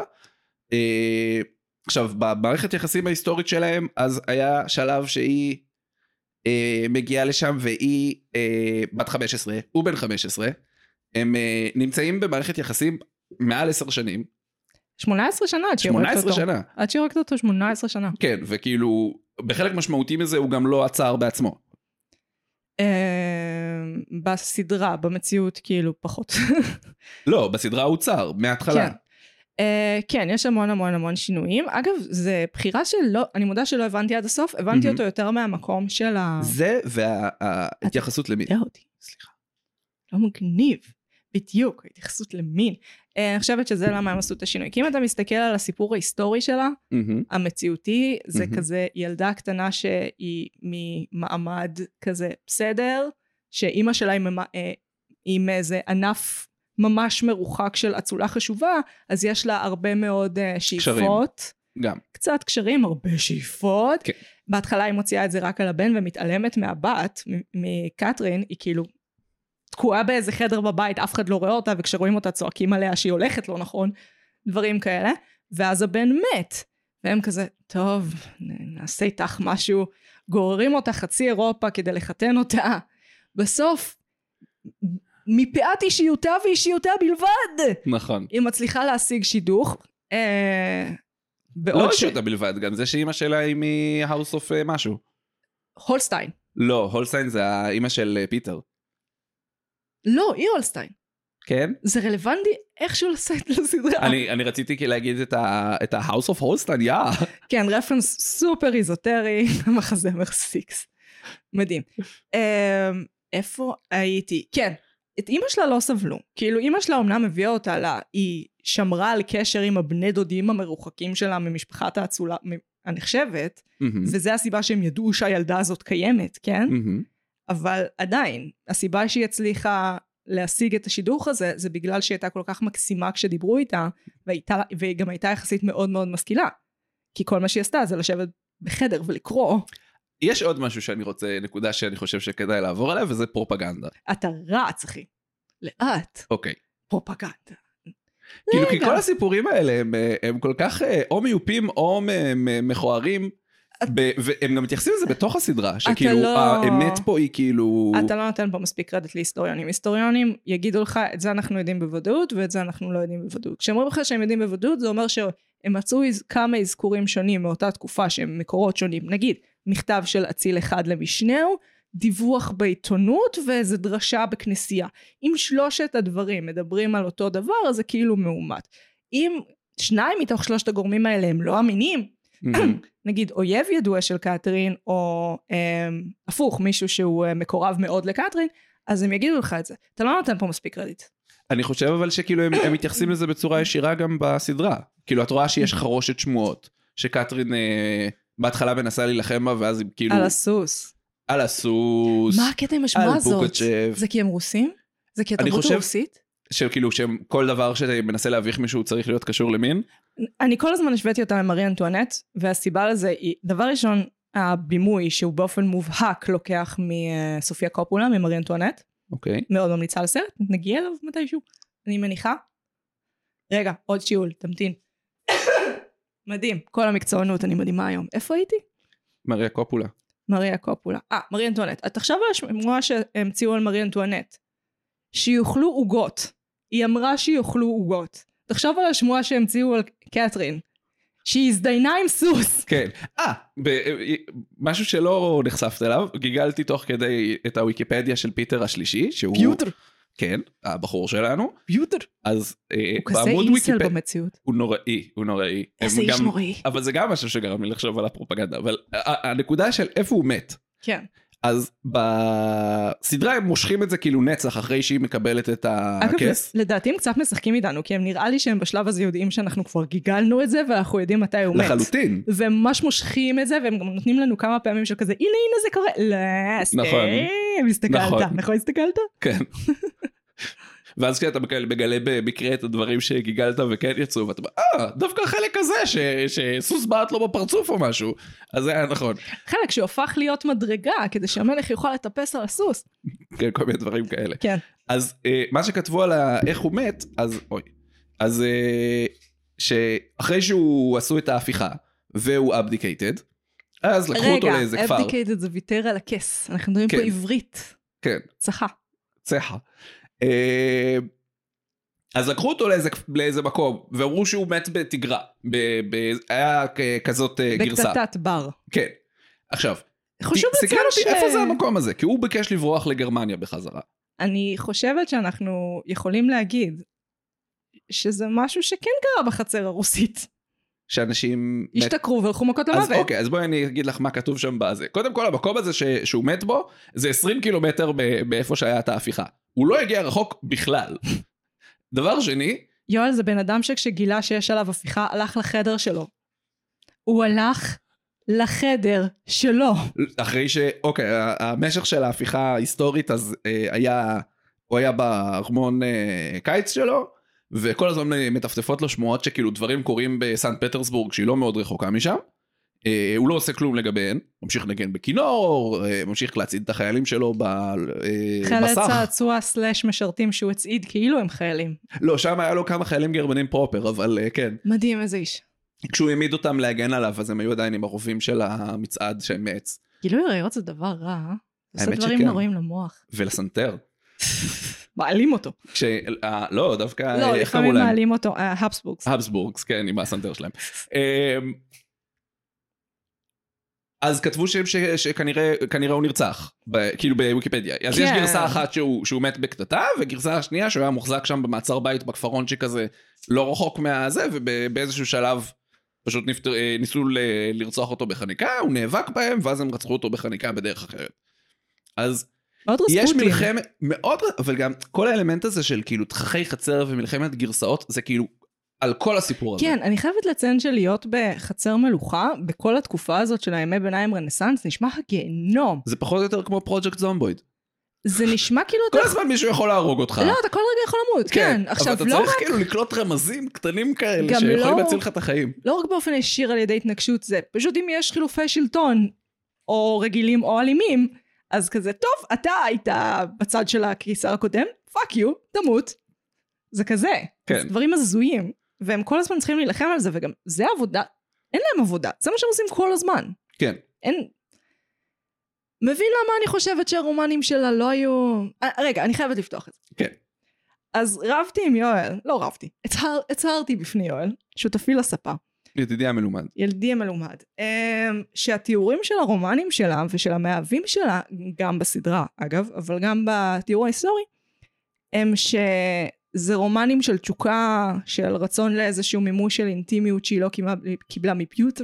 עכשיו במערכת יחסים ההיסטורית שלהם, אז היה שלב שהיא מגיעה לשם, והיא בת חמש עשרה, הוא בן חמש עשרה, הם נמצאים במערכת יחסים מעל עשר שנים. שמונה עשרה שנה עד שמונה עשרה שנה. עד שירקת אותו שמונה עשרה שנה. כן, וכאילו בחלק משמעותי מזה הוא גם לא עצר בעצמו. בסדרה, במציאות כאילו פחות. לא, בסדרה הוא צר, מההתחלה. כן. כן, יש המון המון המון שינויים. אגב, זה בחירה שלא, אני מודה שלא הבנתי עד הסוף, הבנתי אותו יותר מהמקום של ה... זה וההתייחסות למין. אתה אותי, סליחה. לא מגניב. בדיוק, ההתייחסות למין. אני חושבת שזה למה הם עשו את השינוי. כי אם אתה מסתכל על הסיפור ההיסטורי שלה, המציאותי, זה כזה ילדה קטנה שהיא ממעמד כזה בסדר, שאימא שלה עם איזה ענף ממש מרוחק של אצולה חשובה, אז יש לה הרבה מאוד שאיפות. גם. קצת קשרים, הרבה שאיפות. כן. בהתחלה היא מוציאה את זה רק על הבן, ומתעלמת מהבת, מקטרין, היא כאילו תקועה באיזה חדר בבית, אף אחד לא רואה אותה, וכשרואים אותה צועקים עליה שהיא הולכת לא נכון, דברים כאלה, ואז הבן מת, והם כזה, טוב, נעשה איתך משהו, גוררים אותה חצי אירופה כדי לחתן אותה, בסוף, מפאת אישיותה ואישיותה בלבד, נכון. היא מצליחה להשיג שידוך, אה, לא אישיותה בלבד, גם זה שאימא שלה היא מהאוס אוף משהו. הולסטיין. לא, הולסטיין זה האימא של פיטר. לא, היא הולסטיין. כן? זה רלוונטי איכשהו לסדרה. אני, אני רציתי להגיד את ה-House of Holstein, יא. כן, רפרנס סופר איזוטרי, מחזמר סיקס. מדהים. איפה הייתי? כן, את אמא שלה לא סבלו. כאילו, אמא שלה אמנם הביאה אותה לה, היא שמרה על קשר עם הבני דודים המרוחקים שלה ממשפחת האצולה הנחשבת, וזה הסיבה שהם ידעו שהילדה הזאת קיימת, כן? אבל עדיין, הסיבה שהיא הצליחה להשיג את השידוך הזה, זה בגלל שהיא הייתה כל כך מקסימה כשדיברו איתה, והייתה, והיא גם הייתה יחסית מאוד מאוד משכילה. כי כל מה שהיא עשתה זה לשבת בחדר ולקרוא. יש עוד משהו שאני רוצה, נקודה שאני חושב שכדאי לעבור עליה, וזה פרופגנדה. אתה רץ, אחי. לאט. אוקיי. פרופגנדה. כאילו, כי כל הסיפורים האלה, הם, הם כל כך או מיופים או מכוערים, והם גם מתייחסים לזה בתוך הסדרה, שכאילו לא... האמת פה היא כאילו... אתה לא נותן פה מספיק קרדיט להיסטוריונים. היסטוריונים יגידו לך, את זה אנחנו יודעים בוודאות, ואת זה אנחנו לא יודעים בוודאות. כשאומרים לך שהם יודעים בוודאות, זה אומר שהם מצאו כמה אזכורים שונים מאותה תקופה, שהם מקורות שונים. נגיד, מכתב של אציל אחד למשנהו, דיווח בעיתונות ואיזו דרשה בכנסייה. אם שלושת הדברים מדברים על אותו דבר, אז זה כאילו מאומת. אם שניים מתוך שלושת הגורמים האלה הם לא אמינים, נגיד אויב ידוע של קטרין, או הפוך, מישהו שהוא מקורב מאוד לקטרין, אז הם יגידו לך את זה. אתה לא נותן פה מספיק קרדיט. אני חושב אבל שכאילו הם, הם מתייחסים לזה בצורה ישירה גם בסדרה. כאילו את רואה שיש חרושת שמועות, שקטרין אה, בהתחלה מנסה להילחם בה, ואז הם כאילו... על הסוס. על הסוס. מה הקטע עם השמועה הזאת? פוקצ'ב. זה כי הם רוסים? זה כי התרבות חושב... הרוסית? שכאילו שכל דבר שמנסה להביך מישהו צריך להיות קשור למין? אני כל הזמן השוויתי אותה למרי אנטואנט, והסיבה לזה היא, דבר ראשון, הבימוי שהוא באופן מובהק לוקח מסופיה קופולה, ממרי אנטואנט. אוקיי. מאוד ממליצה לסרט, נגיע אליו מתישהו, אני מניחה. רגע, עוד שיעול, תמתין. מדהים, כל המקצוענות, אני מדהימה היום. איפה הייתי? מריה קופולה. מריה קופולה. אה, מרי אנטואנט. את עכשיו על השמועה שהמציאו על מרי אנטואנט. שיוכלו עוגות. היא אמרה שיוכלו עוגות. תחשוב על השמועה שהמציאו על קטרין. שהיא הזדיינה עם סוס. כן. אה, משהו שלא נחשפת אליו, גיגלתי תוך כדי את הוויקיפדיה של פיטר השלישי, שהוא... פיוטר. כן, הבחור שלנו. פיוטר. אז הוא כזה איסל במציאות. הוא נוראי, הוא נוראי. איזה איש נוראי. אבל זה גם משהו שגרם לי לחשוב על הפרופגנדה, אבל הנקודה של איפה הוא מת. כן. אז בסדרה הם מושכים את זה כאילו נצח אחרי שהיא מקבלת את הכס. לדעתי הם קצת משחקים איתנו, כי הם נראה לי שהם בשלב הזה יודעים שאנחנו כבר גיגלנו את זה, ואנחנו יודעים מתי הוא מת. לחלוטין. והם ממש מושכים את זה, והם גם נותנים לנו כמה פעמים של כזה, הנה הנה זה קורה. לא, סתם, הסתכלת. נכון, הסתכלת? כן. ואז כשאתה מגלה במקרה את הדברים שגיגלת וכן יצאו, ואתה אומר, אה, דווקא החלק הזה שסוס בעט לו בפרצוף או משהו, אז זה היה נכון. חלק שהופך להיות מדרגה, כדי שהמלך יוכל לטפס על הסוס. כן, כל מיני דברים כאלה. כן. אז מה שכתבו על איך הוא מת, אז אוי, אז שאחרי שהוא עשו את ההפיכה, והוא abdicated, אז לקחו אותו לאיזה כפר. רגע, abdicated זה ויתר על הכס, אנחנו מדברים פה עברית. כן. צחה. צחה. אז לקחו אותו לאיזה, לאיזה מקום, ואמרו שהוא מת בתגרה, ב, ב, היה כזאת גרסה. בקטטת בר. כן. עכשיו, חשוב סקרן אותי, ש... איפה זה המקום הזה? כי הוא ביקש לברוח לגרמניה בחזרה. אני חושבת שאנחנו יכולים להגיד, שזה משהו שכן קרה בחצר הרוסית. שאנשים... השתכרו והלכו מכות למוות. אז אוקיי, אז בואי אני אגיד לך מה כתוב שם בזה. קודם כל, המקום הזה ש... שהוא מת בו, זה עשרים קילומטר באיפה שהיה את ההפיכה. הוא לא הגיע רחוק בכלל. דבר שני... יואל זה בן אדם שכשגילה שיש עליו הפיכה, הלך לחדר שלו. הוא הלך לחדר שלו. אחרי ש... אוקיי, המשך של ההפיכה ההיסטורית, אז אה, היה... הוא היה בארמון אה, קיץ שלו, וכל הזמן מטפטפות לו שמועות שכאילו דברים קורים בסנט פטרסבורג, שהיא לא מאוד רחוקה משם. אה, הוא לא עושה כלום לגביהן, ממשיך לנגן בכינור, אה, ממשיך להצעיד את החיילים שלו ב, אה, חיילי בסך. צעצוע סלש משרתים שהוא הצעיד כאילו הם חיילים. לא, שם היה לו כמה חיילים גרמנים פרופר, אבל אה, כן. מדהים, איזה איש. כשהוא העמיד אותם להגן עליו, אז הם היו עדיין עם הרובים של המצעד שהם מעץ. גילוי עריות זה דבר רע, זה עושה דברים נוראים למוח. ולסנטר. מעלים אותו. כש... לא, דווקא... לא, לפעמים מעלים אותו, הבסבורגס. הבסבורגס, כן, עם הסנטר שלהם. אז כתבו שכנראה הוא נרצח, כאילו בוויקיפדיה. אז יש גרסה אחת שהוא מת בקטטה, וגרסה השנייה שהוא היה מוחזק שם במעצר בית בכפרון שכזה לא רחוק מהזה, ובאיזשהו שלב פשוט ניסו לרצוח אותו בחניקה, הוא נאבק בהם, ואז הם רצחו אותו בחניקה בדרך אחרת. אז יש מלחמת מאוד, אבל גם כל האלמנט הזה של כאילו תככי חצר ומלחמת גרסאות, זה כאילו על כל הסיפור הזה. כן, אני חייבת לציין שלהיות בחצר מלוכה, בכל התקופה הזאת של הימי ביניים רנסנס, נשמע הגיהנום. זה פחות או יותר כמו פרויקט זומבויד. זה נשמע כאילו... כל הזמן מישהו יכול להרוג אותך. לא, אתה כל רגע יכול למות, כן. אבל אתה צריך כאילו לקלוט רמזים קטנים כאלה, שיכולים להציל לך את החיים. לא רק באופן ישיר על ידי התנגשות זה, פשוט אם יש חילופי שלטון, או רגילים או אלימים, אז כזה, טוב, אתה היית בצד של הקיסר הקודם, פאק יו, תמות. זה כזה. כן. זה דברים הזויים, והם כל הזמן צריכים להילחם על זה, וגם זה עבודה, אין להם עבודה, זה מה שהם עושים כל הזמן. כן. אין... מבין למה אני חושבת שהרומנים שלה לא היו... רגע, אני חייבת לפתוח את זה. כן. אז רבתי עם יואל, לא רבתי, הצהר, הצהרתי בפני יואל, שותפי לספה. ידידי המלומד. ידידי המלומד. שהתיאורים של הרומנים שלה ושל המאהבים שלה, גם בסדרה אגב, אבל גם בתיאור ההיסטורי, הם שזה רומנים של תשוקה, של רצון לאיזשהו מימוש של אינטימיות שהיא לא קיבלה, קיבלה מפיוטר.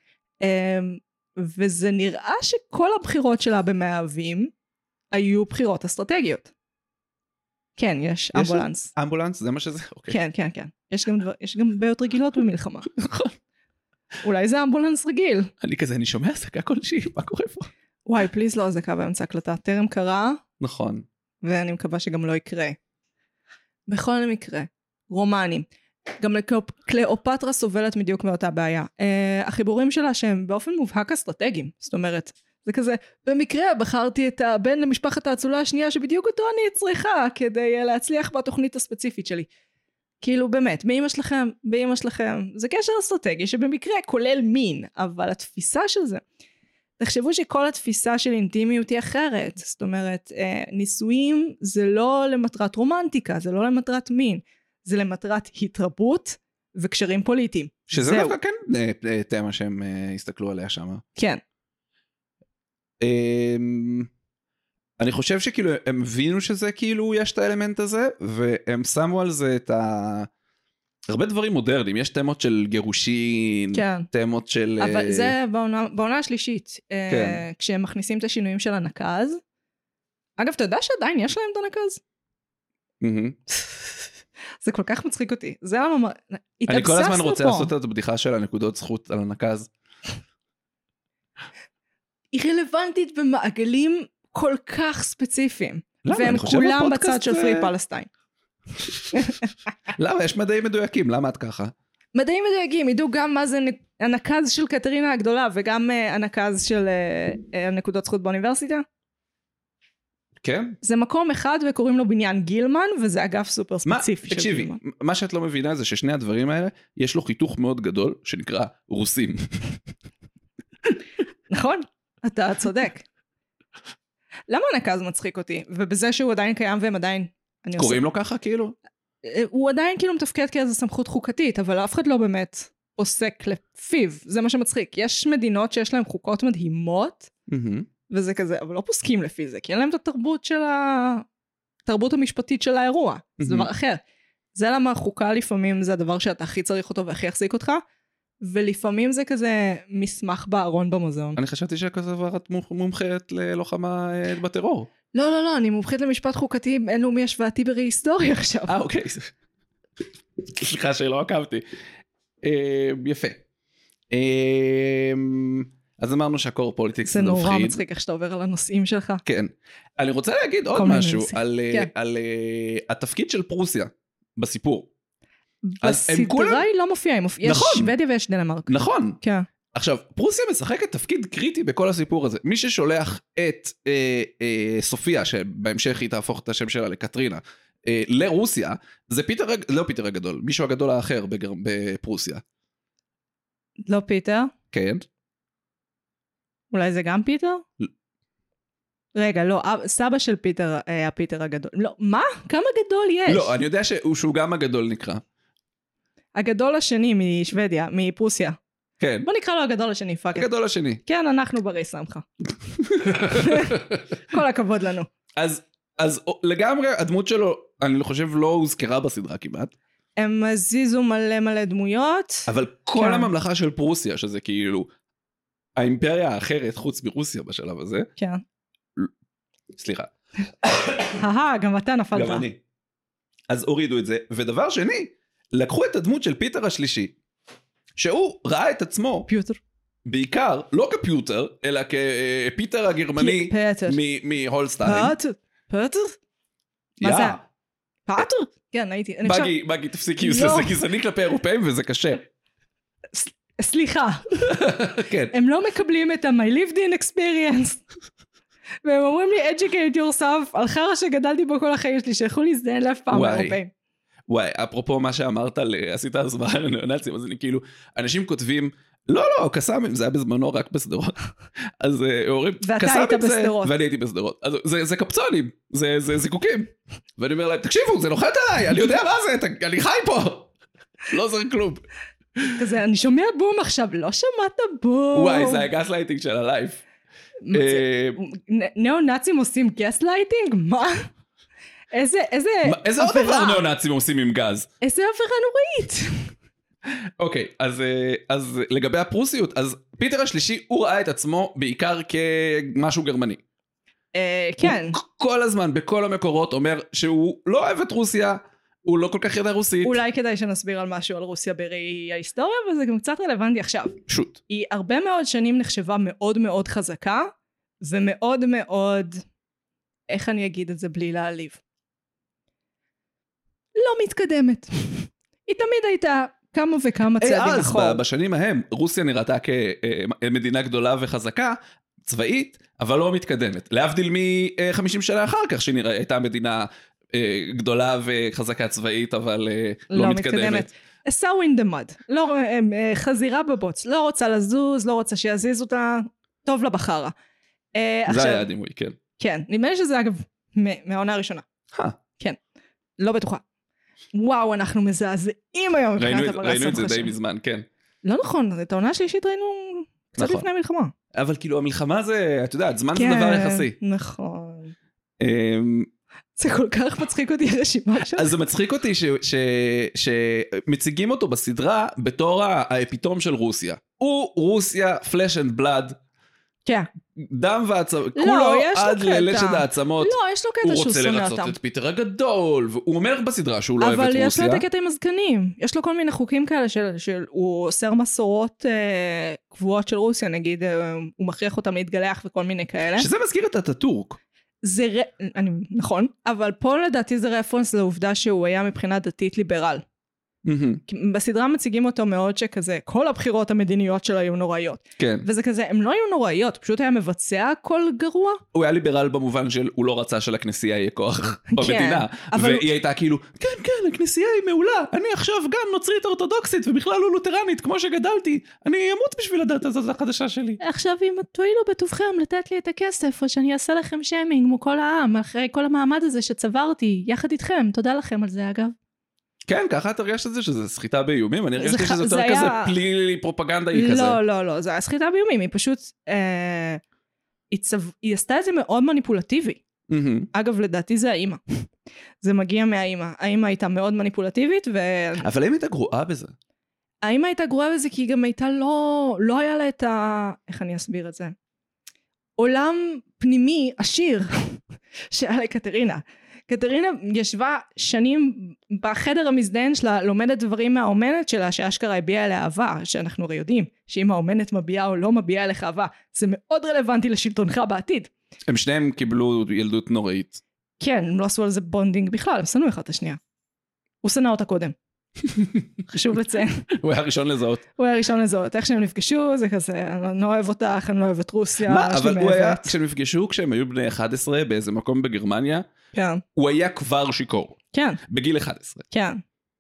וזה נראה שכל הבחירות שלה במאהבים היו בחירות אסטרטגיות. כן, יש אמבולנס. אמבולנס? זה מה שזה? אוקיי. כן, כן, כן. יש גם, דבר, יש גם בעיות רגילות במלחמה. אולי זה אמבולנס רגיל. אני כזה, אני שומע עסקה כלשהי, מה קורה פה? וואי, פליז לא עסקה באמצע הקלטה. טרם קרה. נכון. ואני מקווה שגם לא יקרה. בכל מקרה, רומנים. גם קליאופטרה סובלת בדיוק מאותה בעיה. Uh, החיבורים שלה שהם באופן מובהק אסטרטגיים. זאת אומרת, זה כזה, במקרה בחרתי את הבן למשפחת האצולה השנייה שבדיוק אותו אני צריכה כדי להצליח בתוכנית הספציפית שלי. כאילו באמת, באמא שלכם, באמא שלכם, זה קשר אסטרטגי שבמקרה כולל מין, אבל התפיסה של זה, תחשבו שכל התפיסה של אינטימיות היא אחרת. זאת אומרת, נישואים זה לא למטרת רומנטיקה, זה לא למטרת מין, זה למטרת התרבות וקשרים פוליטיים. שזה דווקא כן תמה שהם הסתכלו עליה שם. כן. אני חושב שכאילו הם הבינו שזה כאילו יש את האלמנט הזה, והם שמו על זה את ה... הרבה דברים מודרניים, יש תמות של גירושין, כן. תמות של... אבל זה בעונה, בעונה השלישית, כן. כשהם מכניסים את השינויים של הנקז. אגב, אתה יודע שעדיין יש להם את הנקז? זה כל כך מצחיק אותי. זה למה... אני כל הזמן רוצה פה. לעשות את הבדיחה של הנקודות זכות על הנקז. היא רלוונטית במעגלים כל כך ספציפיים. למה? והם כולם בצד של פרי פלסטיין. למה? יש מדעים מדויקים, למה את ככה? מדעים מדויקים, ידעו גם מה זה הנקז של קטרינה הגדולה, וגם הנקז של הנקודות זכות באוניברסיטה. כן? זה מקום אחד וקוראים לו בניין גילמן, וזה אגף סופר ספציפי של תקשיבי, גילמן. מה שאת לא מבינה זה ששני הדברים האלה, יש לו חיתוך מאוד גדול, שנקרא רוסים. נכון, אתה צודק. למה הנקז מצחיק אותי? ובזה שהוא עדיין קיים והם עדיין... קוראים לו ככה כאילו? הוא עדיין כאילו מתפקד כאיזו סמכות חוקתית, אבל אף אחד לא באמת עוסק לפיו. זה מה שמצחיק. יש מדינות שיש להם חוקות מדהימות, וזה כזה, אבל לא פוסקים לפי זה, כי אין להם את התרבות של ה... התרבות המשפטית של האירוע. זה דבר אחר. זה למה החוקה לפעמים זה הדבר שאתה הכי צריך אותו והכי יחזיק אותך, ולפעמים זה כזה מסמך בארון במוזיאון. אני חשבתי שכזה דבר את מומחית ללוחמה בטרור. לא, לא, לא, אני מומחית למשפט חוקתי בינלאומי השוואתי בהיסטוריה עכשיו. אה, אוקיי. סליחה שלא עקבתי. יפה. אז אמרנו שהקור פוליטיקס זה נורא מצחיק איך שאתה עובר על הנושאים שלך. כן. אני רוצה להגיד עוד משהו על התפקיד של פרוסיה בסיפור. בסדרה היא לא מופיעה, יש שוודיה ויש דנמרק. נכון. כן. עכשיו, פרוסיה משחקת תפקיד קריטי בכל הסיפור הזה. מי ששולח את אה, אה, סופיה, שבהמשך היא תהפוך את השם שלה לקטרינה, אה, לרוסיה, זה פיטר, לא פיטר הגדול, מישהו הגדול האחר בגר, בפרוסיה. לא פיטר? כן. אולי זה גם פיטר? ל... רגע, לא, סבא של פיטר היה פיטר הגדול. לא, מה? כמה גדול יש? לא, אני יודע שהוא, שהוא גם הגדול נקרא. הגדול השני משוודיה, מפרוסיה. כן. בוא נקרא לו הגדול השני, פאק. הגדול השני. כן, אנחנו ברי סמכה. כל הכבוד לנו. אז, אז לגמרי, הדמות שלו, אני חושב, לא הוזכרה בסדרה כמעט. הם הזיזו מלא מלא דמויות. אבל כל כן. הממלכה של פרוסיה, שזה כאילו, האימפריה האחרת, חוץ מרוסיה בשלב הזה. כן. סליחה. אהה, גם אתה נפלת. גם אני. אז הורידו את זה. ודבר שני, לקחו את הדמות של פיטר השלישי, שהוא ראה את עצמו, פיוטר. בעיקר, לא כפיוטר, אלא כפיטר הגרמני מהולסטיין. פטר. פטר? מה זה? פטר? כן, הייתי. בגי, בגי, תפסיקי, זה גזעני כלפי אירופאים וזה קשה. סליחה. כן. הם לא מקבלים את ה-my lived in experience. והם אומרים לי, educate yourself, על חרא שגדלתי בו כל החיים שלי, שיכול להזדהן לאף פעם אירופאים. וואי, אפרופו מה שאמרת, עשית הסברה לנאו-נאצים, אז אני כאילו, אנשים כותבים לא, לא, קסאמים, זה היה בזמנו רק בסדרות. אז אומרים, ואתה היית בסדרות. ואני הייתי בסדרות. אז זה, זה קפצונים, זה, זה זיקוקים. ואני אומר להם, תקשיבו, זה נוחת עליי, אני יודע מה זה, אני חי פה. לא זר כלום. כזה, אני שומע בום עכשיו, לא שמעת בום. וואי, זה היה גסלייטינג של הלייף. נאו-נאצים עושים גסלייטינג? מה? איזה, איזה איזה עוד דבר נאו-נאצים עושים עם גז? איזה עבירה נוראית. אוקיי, אז, אז לגבי הפרוסיות, אז פיטר השלישי, הוא ראה את עצמו בעיקר כמשהו גרמני. כן. הוא כל הזמן, בכל המקורות, אומר שהוא לא אוהב את רוסיה, הוא לא כל כך ידע רוסית. אולי כדאי שנסביר על משהו על רוסיה בראי ההיסטוריה, וזה גם קצת רלוונטי עכשיו. שוט. היא הרבה מאוד שנים נחשבה מאוד מאוד חזקה, ומאוד מאוד, איך אני אגיד את זה בלי להעליב? לא מתקדמת. היא תמיד הייתה כמה וכמה צעדים אחור. אז בשנים ההם, רוסיה נראתה כמדינה גדולה וחזקה, צבאית, אבל לא מתקדמת. להבדיל מ-חמישים שנה אחר כך, שהיא הייתה מדינה גדולה וחזקה צבאית, אבל לא מתקדמת. A sow in the mud. חזירה בבוץ. לא רוצה לזוז, לא רוצה שיזיז אותה, טוב לה בחרה. זה היה הדימוי, כן. כן, נדמה לי שזה אגב מהעונה הראשונה. כן, לא בטוחה. וואו, אנחנו מזעזעים היום. ראינו את זה די מזמן, כן. לא נכון, את העונה השלישית ראינו קצת לפני המלחמה. אבל כאילו המלחמה זה, את יודעת, זמן זה דבר יחסי. נכון. זה כל כך מצחיק אותי הרשימה שלך. אז זה מצחיק אותי שמציגים אותו בסדרה בתור האפיתום של רוסיה. הוא רוסיה, פלש אנד בלאד. כן. דם ועצמות, כולו עד ללשת העצמות. לא, יש לו קטע שהוא שונא אותם. הוא רוצה לרצות את פיטר הגדול, והוא אומר בסדרה שהוא לא אוהב את רוסיה. אבל יש לו את הקטע עם הזקנים. יש לו כל מיני חוקים כאלה שהוא אוסר מסורות קבועות של רוסיה, נגיד, הוא מכריח אותם להתגלח וכל מיני כאלה. שזה מזכיר את הטאטורק. זה, אני, נכון, אבל פה לדעתי זה רפרנס לעובדה שהוא היה מבחינה דתית ליברל. Mm-hmm. בסדרה מציגים אותו מאוד שכזה, כל הבחירות המדיניות שלו היו נוראיות. כן. וזה כזה, הם לא היו נוראיות, פשוט היה מבצע הכל גרוע. הוא היה ליברל במובן של, הוא לא רצה שלכנסייה יהיה כוח במדינה. אבל... והיא הייתה כאילו, כן, כן, הכנסייה היא מעולה, אני עכשיו גם נוצרית אורתודוקסית, ובכלל לא לותרנית, כמו שגדלתי, אני אמות בשביל הדת הזאת החדשה שלי. עכשיו אם תואילו בטובכם לתת לי את הכסף, או שאני אעשה לכם שיימינג, כמו כל העם, אחרי כל המעמד הזה שצברתי, יחד איתכם, תודה לכם על זה אגב. כן, ככה את הרגשת את זה, שזה סחיטה באיומים? אני הרגשתי שזה יותר כזה פלילי פרופגנדאי כזה. לא, לא, לא, זה היה סחיטה באיומים, היא פשוט, היא עשתה את זה מאוד מניפולטיבי. אגב, לדעתי זה האמא. זה מגיע מהאמא. האמא הייתה מאוד מניפולטיבית, ו... אבל האמא הייתה גרועה בזה. האמא הייתה גרועה בזה, כי היא גם הייתה לא, לא היה לה את ה... איך אני אסביר את זה? עולם פנימי, עשיר, שהיה לקטרינה. קטרינה ישבה שנים בחדר המזדיין שלה, לומדת דברים מהאומנת שלה, שאשכרה הביעה אליה אהבה, שאנחנו הרי יודעים, שאם האומנת מביעה או לא מביעה אליך אהבה, זה מאוד רלוונטי לשלטונך בעתיד. הם שניהם קיבלו ילדות נוראית. כן, הם לא עשו על זה בונדינג בכלל, הם שנאו אחד את השנייה. הוא שנא אותה קודם. חשוב לציין. הוא היה ראשון לזהות. הוא היה ראשון לזהות. איך שהם נפגשו, זה כזה, אני לא אוהב אותך, אני לא אוהב את רוסיה. מה, אבל הוא היה, כשהם נפגשו, כשהם היו בני אחת עשרה באיזה מקום בגרמניה, כן. הוא היה כבר שיקור. כן. בגיל אחת עשרה. כן.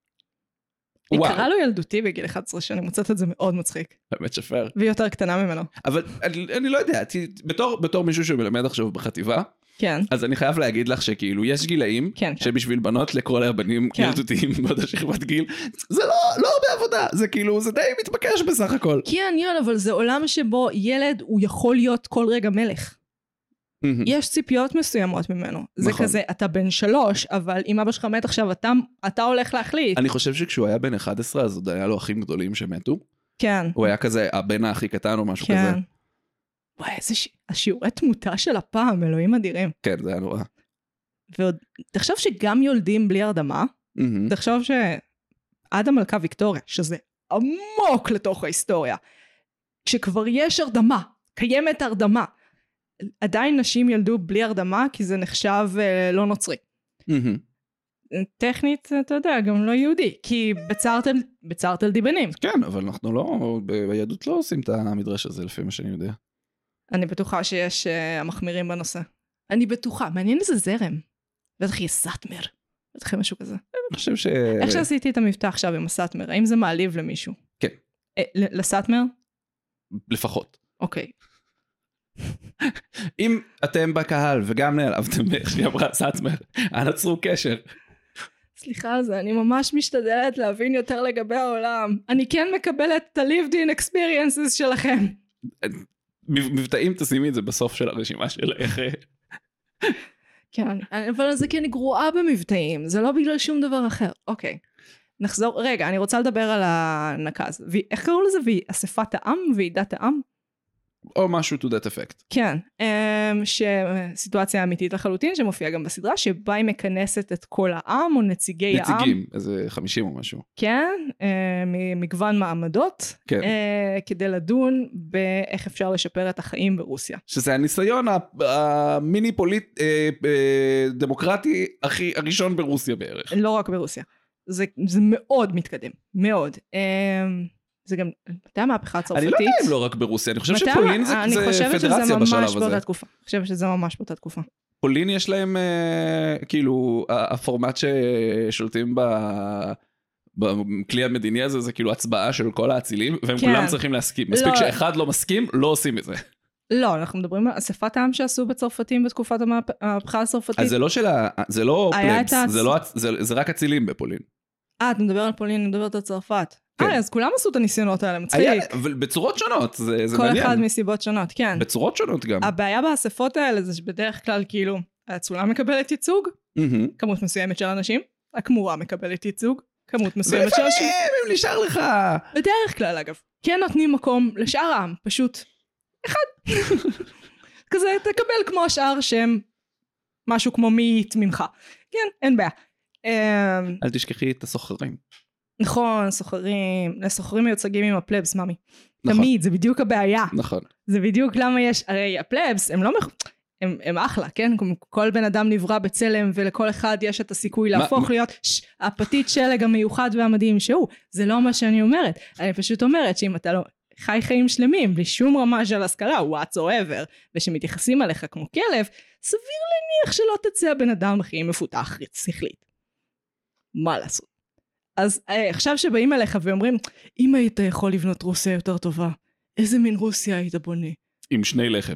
היא קראה לו ילדותי בגיל אחת עשרה, שאני מוצאת את זה מאוד מצחיק. באמת שפר. והיא יותר קטנה ממנו. אבל אני, אני לא יודע, בתור, בתור מישהו שמלמד עכשיו בחטיבה, כן. אז אני חייב להגיד לך שכאילו יש גילאים, כן, שבשביל בנות לקרוא לבנים כן. ילדותיים באותה שכבת גיל, זה לא, לא הרבה עבודה, זה כאילו, זה די מתבקש בסך הכל. כן, יואל, אבל זה עולם שבו ילד הוא יכול להיות כל רגע מלך. Mm-hmm. יש ציפיות מסוימות ממנו. נכון. זה כזה, אתה בן שלוש, אבל אם אבא שלך מת עכשיו, אתה, אתה הולך להחליט. אני חושב שכשהוא היה בן אחת עשרה, אז עוד היה לו אחים גדולים שמתו. כן. הוא היה כזה, הבן הכי קטן או משהו כן. כזה. וואי, איזה ש... השיעורי תמותה של הפעם, אלוהים אדירים. כן, זה היה נורא. ועוד, תחשוב שגם יולדים בלי הרדמה, mm-hmm. תחשוב שעד המלכה ויקטוריה, שזה עמוק לתוך ההיסטוריה, כשכבר יש הרדמה, קיימת הרדמה, עדיין נשים ילדו בלי הרדמה, כי זה נחשב uh, לא נוצרי. Mm-hmm. טכנית, אתה יודע, גם לא יהודי, כי בצרתל, בצרתל דיבנים. כן, אבל אנחנו לא, ביהדות לא עושים את המדרש הזה, לפי מה שאני יודע. אני בטוחה שיש uh, המחמירים בנושא. אני בטוחה, מעניין איזה זרם. בטח יהיה סאטמר. בטח משהו כזה. אני חושב ש... איך שעשיתי את המבטא עכשיו עם הסאטמר, האם זה מעליב למישהו? כן. אה, לסאטמר? לפחות. אוקיי. אם אתם בקהל וגם נעלבתם, איך שהיא אמרה, סעצמר, אנא צרו קשר. סליחה על זה, אני ממש משתדלת להבין יותר לגבי העולם. אני כן מקבלת את ה-lived in experiences שלכם. מבטאים תשימי את זה בסוף של הרשימה של איך... כן, אבל זה כי אני גרועה במבטאים, זה לא בגלל שום דבר אחר. אוקיי, נחזור, רגע, אני רוצה לדבר על הנקז. איך קראו לזה? אספת העם? ועידת העם? או משהו to that effect. כן, שסיטואציה אמיתית לחלוטין, שמופיעה גם בסדרה, שבה היא מכנסת את כל העם, או נציגי העם. נציגים, איזה חמישים או משהו. כן, מגוון מעמדות, כן. כדי לדון באיך אפשר לשפר את החיים ברוסיה. שזה הניסיון המיני פוליט, דמוקרטי הכי הראשון ברוסיה בערך. לא רק ברוסיה. זה, זה מאוד מתקדם, מאוד. זה גם, מתי המהפכה הצרפתית? אני לא יודע אם לא רק ברוסיה, אני חושב שפולין זה, זה פדרציה בשלב הזה. באותה תקופה. אני חושב שזה ממש באותה תקופה. פולין יש להם, כאילו, הפורמט ששולטים בכלי המדיני הזה, זה כאילו הצבעה של כל האצילים, והם כן. כולם צריכים להסכים. מספיק שאחד לא מסכים, לא עושים את זה. לא, אנחנו מדברים על אספת העם שעשו בצרפתים בתקופת המהפכה הצרפתית. אז זה לא של ה... זה לא פלבס, הצ... זה, לא, זה, זה רק אצילים בפולין. אה, אתה מדבר על פולין, אני מדברת על צרפת. כן. אה, אז כולם עשו את הניסיונות האלה, מצחיק. היה, אבל בצורות שונות, זה, זה כל מעניין. אחד מסיבות שונות, כן. בצורות שונות גם. הבעיה באספות האלה זה שבדרך כלל כאילו, האצולה מקבלת ייצוג, Mm-hmm. כמות מסוימת של אנשים, הכמורה מקבלת ייצוג, כמות מסוימת של אנשים. ולפעמים, אם נשאר לך. בדרך כלל אגב, כן נותנים מקום לשאר העם, פשוט אחד. כזה תקבל כמו השאר שהם משהו כמו מאית ממך. כן, אין בעיה. אל תשכחי את הסוחרים. נכון, סוחרים, לסוחרים מיוצגים עם הפלבס, ממי. נכון. תמיד, זה בדיוק הבעיה. נכון. זה בדיוק למה יש, הרי הפלבס, הם לא, הם, הם אחלה, כן? כל בן אדם נברא בצלם, ולכל אחד יש את הסיכוי להפוך מה, להיות ש, הפתית שלג המיוחד והמדהים שהוא. זה לא מה שאני אומרת. אני פשוט אומרת שאם אתה לא חי חיים שלמים, בלי שום רמה של השכלה, whatsoever, ושמתייחסים עליך כמו כלב, סביר להניח שלא תצא הבן אדם הכי מפותח שכלית. מה לעשות? אז עכשיו שבאים אליך ואומרים, אם היית יכול לבנות רוסיה יותר טובה, איזה מין רוסיה היית בונה? עם שני לחם.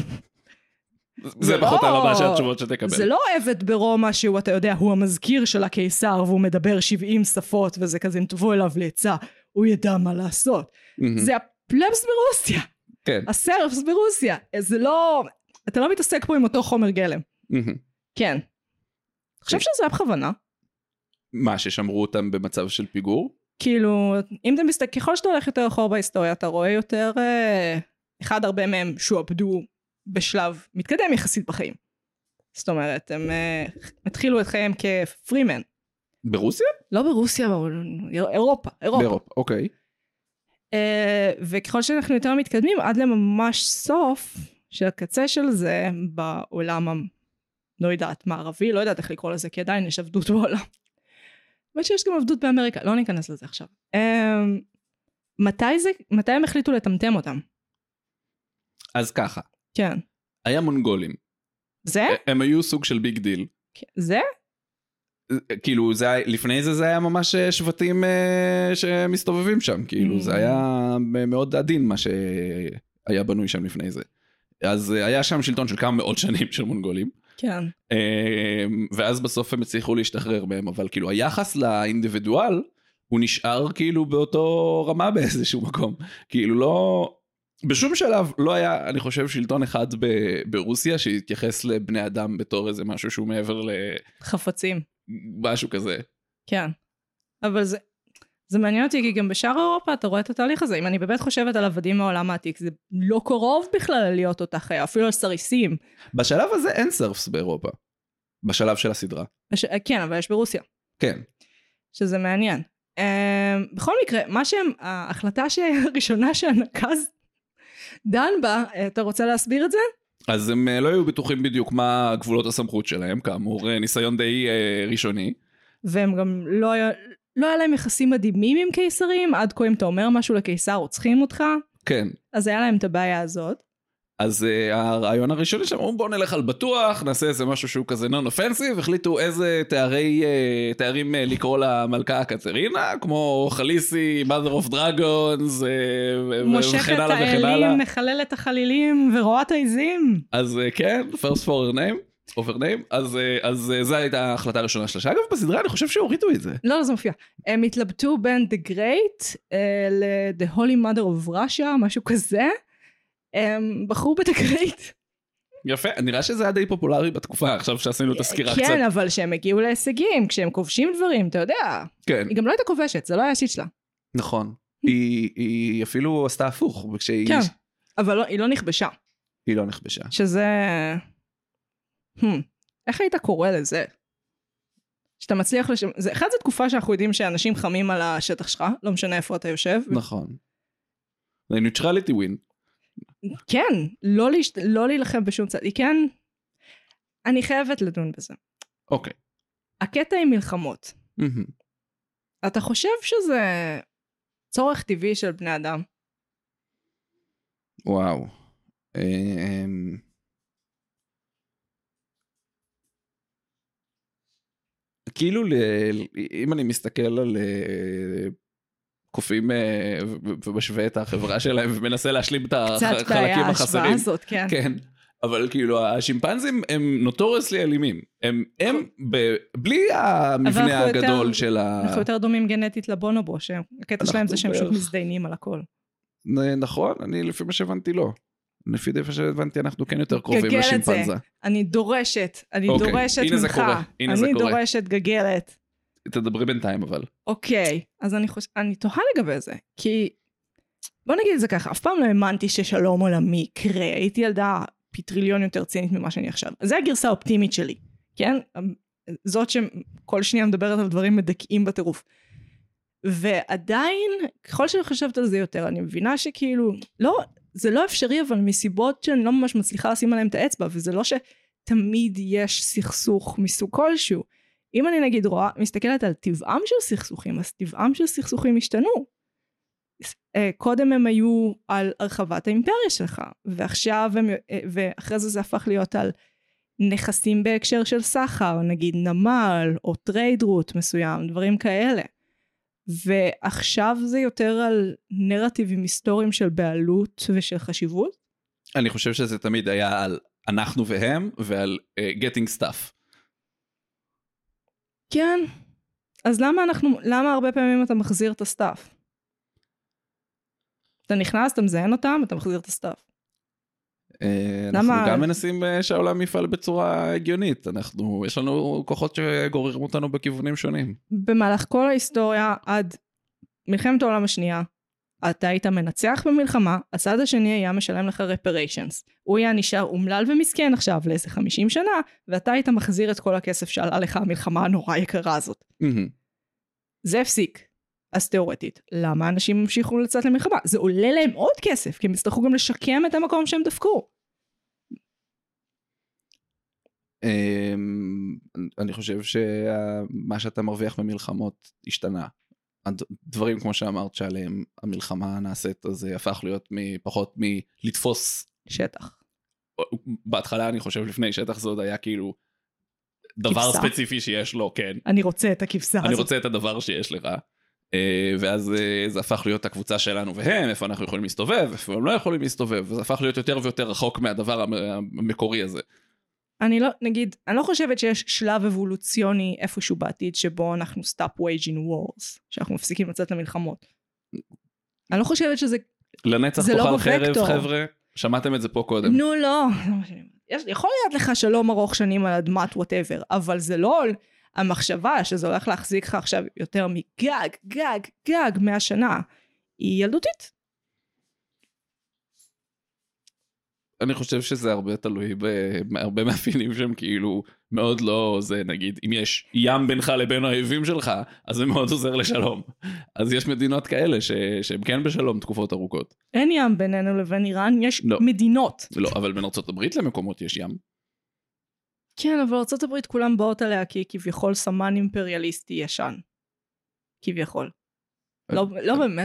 זה פחות הרבה שהתשובות שתקבל. זה לא עבד ברומא שהוא, אתה יודע, הוא המזכיר של הקיסר, והוא מדבר שבעים שפות, וזה כזה, אם תבוא אליו לעצה, הוא ידע מה לעשות. זה הפלבס ברוסיה. כן. הסרפס ברוסיה. זה לא, אתה לא מתעסק פה עם אותו חומר גלם. כן. חושב שזה היה בכוונה. מה, ששמרו אותם במצב של פיגור? כאילו, אם אתה מסתכל, ככל שאתה הולך יותר אחור בהיסטוריה, אתה רואה יותר, אה, אחד הרבה מהם שועבדו בשלב מתקדם יחסית בחיים. זאת אומרת, הם אה, התחילו את חייהם כפרימן. ברוסיה? לא ברוסיה, אירופה. אירופה, באירופה, אוקיי. אה, וככל שאנחנו יותר מתקדמים, עד לממש סוף של הקצה של זה, בעולם, לא יודעת, מערבי, לא יודעת איך לקרוא לזה, כי עדיין יש עבדות בעולם. באמת שיש גם עבדות באמריקה, לא ניכנס לזה עכשיו. מתי זה, מתי הם החליטו לטמטם אותם? אז ככה. כן. היה מונגולים. זה? הם היו סוג של ביג דיל. זה? כאילו, זה, לפני זה זה היה ממש שבטים שמסתובבים שם, כאילו, זה היה מאוד עדין מה שהיה בנוי שם לפני זה. אז היה שם שלטון של כמה מאות שנים של מונגולים. כן. ואז בסוף הם הצליחו להשתחרר מהם, אבל כאילו היחס לאינדיבידואל הוא נשאר כאילו באותו רמה באיזשהו מקום. כאילו לא, בשום שלב לא היה, אני חושב, שלטון אחד ברוסיה שהתייחס לבני אדם בתור איזה משהו שהוא מעבר ל... חפצים. משהו כזה. כן. אבל זה... זה מעניין אותי, כי גם בשאר אירופה אתה רואה את התהליך הזה. אם אני באמת חושבת על עבדים מעולם העתיק, זה לא קרוב בכלל להיות אותה חיה, אפילו על סריסים. בשלב הזה אין סרפס באירופה. בשלב של הסדרה. בש... כן, אבל יש ברוסיה. כן. שזה מעניין. Um, בכל מקרה, מה שהם, ההחלטה הראשונה שהנקז דן בה, אתה רוצה להסביר את זה? אז הם לא היו בטוחים בדיוק מה גבולות הסמכות שלהם, כאמור, ניסיון די uh, ראשוני. והם גם לא היה... לא היה להם יחסים מדהימים עם קיסרים, עד כה אם אתה אומר משהו לקיסר, רוצחים אותך. כן. אז היה להם את הבעיה הזאת. אז uh, הרעיון הראשוני שם, בואו נלך על בטוח, נעשה איזה משהו שהוא כזה נון-אופנסיב, החליטו איזה תארי, uh, תארים uh, לקרוא למלכה הקטרינה, כמו חליסי, mother of dragons, uh, מושכת האלים, מחללת החלילים ורואת העזים. אז uh, כן, first for name, over name, אז, uh, אז uh, זו הייתה ההחלטה הראשונה שלה, שאגב בסדרה אני חושב שהורידו את זה. לא, לא, זה מופיע. הם התלבטו בין The Great uh, ל-The Holy Mother of Russia, משהו כזה. הם בחרו ב-The Great. יפה, נראה שזה היה די פופולרי בתקופה, עכשיו שעשינו את הסקירה כן, קצת. כן, אבל שהם הגיעו להישגים, כשהם כובשים דברים, אתה יודע. כן. היא גם לא הייתה כובשת, זה לא היה השיט שלה. נכון. היא, היא אפילו עשתה הפוך. כשהיא... כן, אבל לא, היא לא נכבשה. היא לא נכבשה. שזה... Hmm, איך היית קורא לזה? שאתה מצליח לשם... זה, אחד זה תקופה שאנחנו יודעים שאנשים חמים על השטח שלך, לא משנה איפה אתה יושב. נכון. זה neutrality win. כן, לא, להש... לא להילחם בשום צד. היא כן... אני חייבת לדון בזה. אוקיי. הקטע עם מלחמות. Mm-hmm. אתה חושב שזה צורך טבעי של בני אדם? וואו. כאילו, אם אני מסתכל על קופים ומשווה את החברה שלהם ומנסה להשלים את החלקים החסרים. הזאת, כן. כן. אבל כאילו השימפנזים הם נוטורסלי אלימים. הם, הם ב, בלי המבנה הגדול יותר, של ה... אנחנו יותר דומים גנטית לבונובו, שהקטע שלהם זה שהם פשוט מזדיינים על הכל. נכון, אני לפי מה שהבנתי לא. לפי מה שהבנתי אנחנו כן יותר קרובים לשימפנזה. אני דורשת, אני okay, דורשת הנה ממך. זה קורה, הנה אני זה קורה. דורשת גגלת. תדברי בינתיים אבל. אוקיי, okay, אז אני חוש... אני תוהה לגבי זה, כי בוא נגיד את זה ככה, אף פעם לא האמנתי ששלום עולמי יקרה, הייתי ילדה פטריליון יותר צינית ממה שאני עכשיו. זה הגרסה האופטימית שלי, כן? זאת שכל שניה מדברת על דברים מדכאים בטירוף. ועדיין, ככל שאני חושבת על זה יותר, אני מבינה שכאילו, לא, זה לא אפשרי, אבל מסיבות שאני לא ממש מצליחה לשים עליהם את האצבע, וזה לא שתמיד יש סכסוך מסוג כלשהו. אם אני נגיד רואה, מסתכלת על טבעם של סכסוכים, אז טבעם של סכסוכים השתנו. קודם הם היו על הרחבת האימפריה שלך, ועכשיו הם, ואחרי זה זה הפך להיות על נכסים בהקשר של סחר, נגיד נמל או טרייד רוט מסוים, דברים כאלה. ועכשיו זה יותר על נרטיבים היסטוריים של בעלות ושל חשיבות? אני חושב שזה תמיד היה על אנחנו והם, ועל uh, getting stuff. כן. אז למה אנחנו, למה הרבה פעמים אתה מחזיר את הסטאפ? אתה נכנס, אתה מזיין אותם, אתה מחזיר את הסטאפ. אנחנו גם מנסים שהעולם יפעל בצורה הגיונית. אנחנו, יש לנו כוחות שגוררים אותנו בכיוונים שונים. במהלך כל ההיסטוריה, עד מלחמת העולם השנייה, אתה היית מנצח במלחמה, הצד השני היה משלם לך reparations. הוא היה נשאר אומלל ומסכן עכשיו לאיזה חמישים שנה, ואתה היית מחזיר את כל הכסף שעלה לך המלחמה הנורא יקרה הזאת. זה הפסיק. אז תיאורטית, למה אנשים המשיכו לצאת למלחמה? זה עולה להם עוד כסף, כי הם יצטרכו גם לשקם את המקום שהם דפקו. אני חושב שמה שאתה מרוויח במלחמות השתנה. דברים כמו שאמרת שעליהם המלחמה נעשית, אז זה הפך להיות פחות מלתפוס שטח. בהתחלה אני חושב לפני שטח זה עוד היה כאילו דבר ספציפי שיש לו, כן. אני רוצה את הכבשה הזאת. אני רוצה את הדבר שיש לך. ואז זה הפך להיות הקבוצה שלנו והם, איפה אנחנו יכולים להסתובב, איפה הם לא יכולים להסתובב, וזה הפך להיות יותר ויותר רחוק מהדבר המקורי הזה. אני לא, נגיד, אני לא חושבת שיש שלב אבולוציוני איפשהו בעתיד שבו אנחנו stop waging wars, שאנחנו מפסיקים לצאת למלחמות. אני לא חושבת שזה, לנצח תאכל חרב, חבר'ה, שמעתם את זה פה קודם. נו, לא. יכול להיות לך שלום ארוך שנים על אדמת whatever, אבל זה לא המחשבה שזה הולך להחזיק לך עכשיו יותר מגג, גג, גג מהשנה. היא ילדותית. אני חושב שזה הרבה תלוי בהרבה מאפיינים שהם כאילו מאוד לא, זה נגיד, אם יש ים בינך לבין האויבים שלך, אז זה מאוד עוזר לשלום. אז יש מדינות כאלה שהן כן בשלום תקופות ארוכות. אין ים בינינו לבין איראן, יש לא. מדינות. לא, אבל בין ארצות הברית למקומות יש ים. כן, אבל ארצות הברית כולם באות עליה כי כביכול סמן אימפריאליסטי ישן. כביכול. לא, לא באמת, אבל.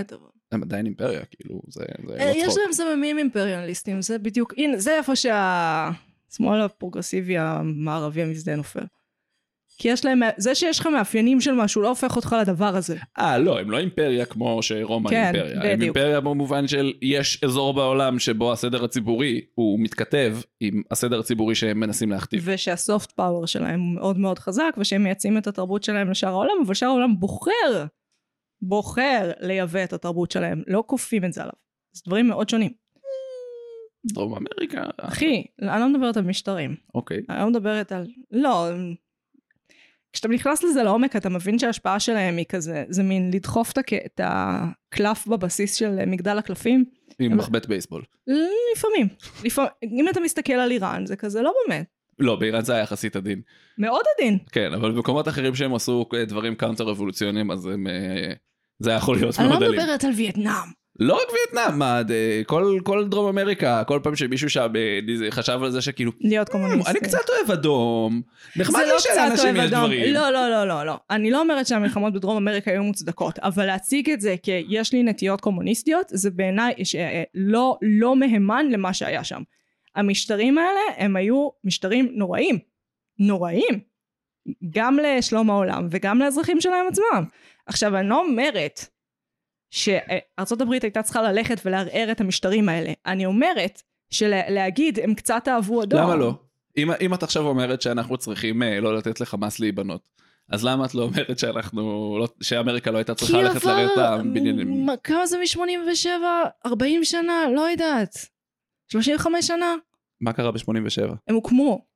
הם עדיין אימפריה, כאילו, זה לא יש צחוק. להם סממים אימפריאליסטים, זה בדיוק, הנה, זה איפה שהשמאל הפרוגרסיבי המערבי המזדהה נופל. כי יש להם, זה שיש לך מאפיינים של משהו, לא הופך אותך לדבר הזה. אה, לא, הם לא אימפריה כמו שרומא כן, אימפריה. הם בדיוק. אימפריה במובן של יש אזור בעולם שבו הסדר הציבורי הוא מתכתב עם הסדר הציבורי שהם מנסים להכתיב. ושהסופט פאוור שלהם הוא מאוד מאוד חזק, ושהם מייצאים את התרבות שלהם לשאר העולם, אבל שאר העולם בוחר, בוחר לייבא את התרבות שלהם, לא כופים את זה עליו. זה דברים מאוד שונים. דרום אמריקה. אחי, אני לא מדברת על משטרים. אוקיי. אני לא מדברת על, לא, כשאתה נכנס לזה לעומק, אתה מבין שההשפעה שלהם היא כזה, זה מין לדחוף את הקלף בבסיס של מגדל הקלפים. עם מחבט בייסבול. לפעמים. לפעמים. אם אתה מסתכל על איראן, זה כזה לא באמת. לא, באיראן זה היה יחסית עדין. מאוד עדין. כן, אבל במקומות אחרים שהם עשו דברים קאונטר רבולוציוניים, אז הם, זה יכול להיות מאוד עדין. עלים. אני לא מדברת על וייטנאם. לא רק וייטנאם, מה, כל, כל דרום אמריקה, כל פעם שמישהו שם חשב על זה שכאילו, להיות קומוניסט. אני קצת אוהב אדום, נחמד לי שלאנשים יש דברים. לא, לא, לא, לא, לא. אני לא אומרת שהמלחמות בדרום אמריקה היו מוצדקות, אבל להציג את זה כיש לי נטיות קומוניסטיות, זה בעיניי לא, לא מהימן למה שהיה שם. המשטרים האלה הם היו משטרים נוראים, נוראים, גם לשלום העולם וגם לאזרחים שלהם עצמם. עכשיו, אני לא אומרת שארצות הברית הייתה צריכה ללכת ולערער את המשטרים האלה. אני אומרת שלהגיד הם קצת אהבו אדום. למה לא? אם, אם את עכשיו אומרת שאנחנו צריכים לא לתת לחמאס להיבנות, אז למה את לא אומרת שאנחנו, לא, שאמריקה לא הייתה צריכה ללכת לערער את הבניינים? כמה זה מ-שמונים ושבע? ארבעים שנה? לא יודעת. שלושים וחמש שנה? מה קרה ב-שמונים ושבע? הם הוקמו.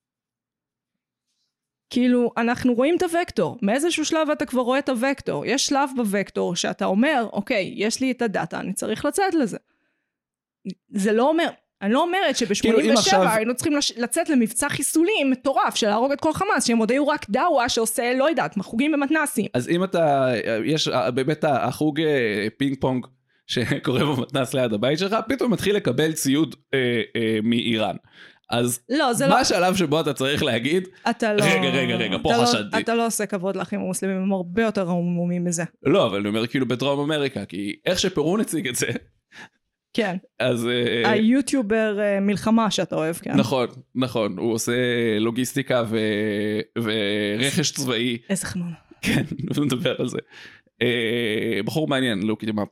כאילו, אנחנו רואים את הוקטור. מאיזשהו שלב אתה כבר רואה את הוקטור. יש שלב בוקטור שאתה אומר, אוקיי, יש לי את הדאטה, אני צריך לצאת לזה. זה לא אומר, אני לא אומרת שב-שמונים ושבע כאילו עכשיו... היינו צריכים לצאת למבצע חיסולים מטורף של להרוג את כל חמאס, שהם עוד היו רק דאווה שעושה, לא יודעת, מחוגים במתנסים. אז אם אתה, יש באמת החוג פינג פונג שקורה במתנס ליד הבית שלך, פתאום מתחיל לקבל ציוד אה, אה, מאיראן. אז לא, מה לא... השלב שבו אתה צריך להגיד, אתה לא... רגע, רגע, רגע, פה אתה חשדתי. לא, אתה לא עושה כבוד לאחים המוסלמים, הם הרבה יותר רמומים מזה. לא, אבל אני אומר כאילו בדרום אמריקה, כי איך שפרון הציג את זה, כן. אז... היוטיובר מלחמה שאתה אוהב, כן. נכון, נכון, הוא עושה לוגיסטיקה ו... ורכש צבאי. איזה חנון. כן, הוא מדבר על זה. בחור מעניין, לוקי דמאפ.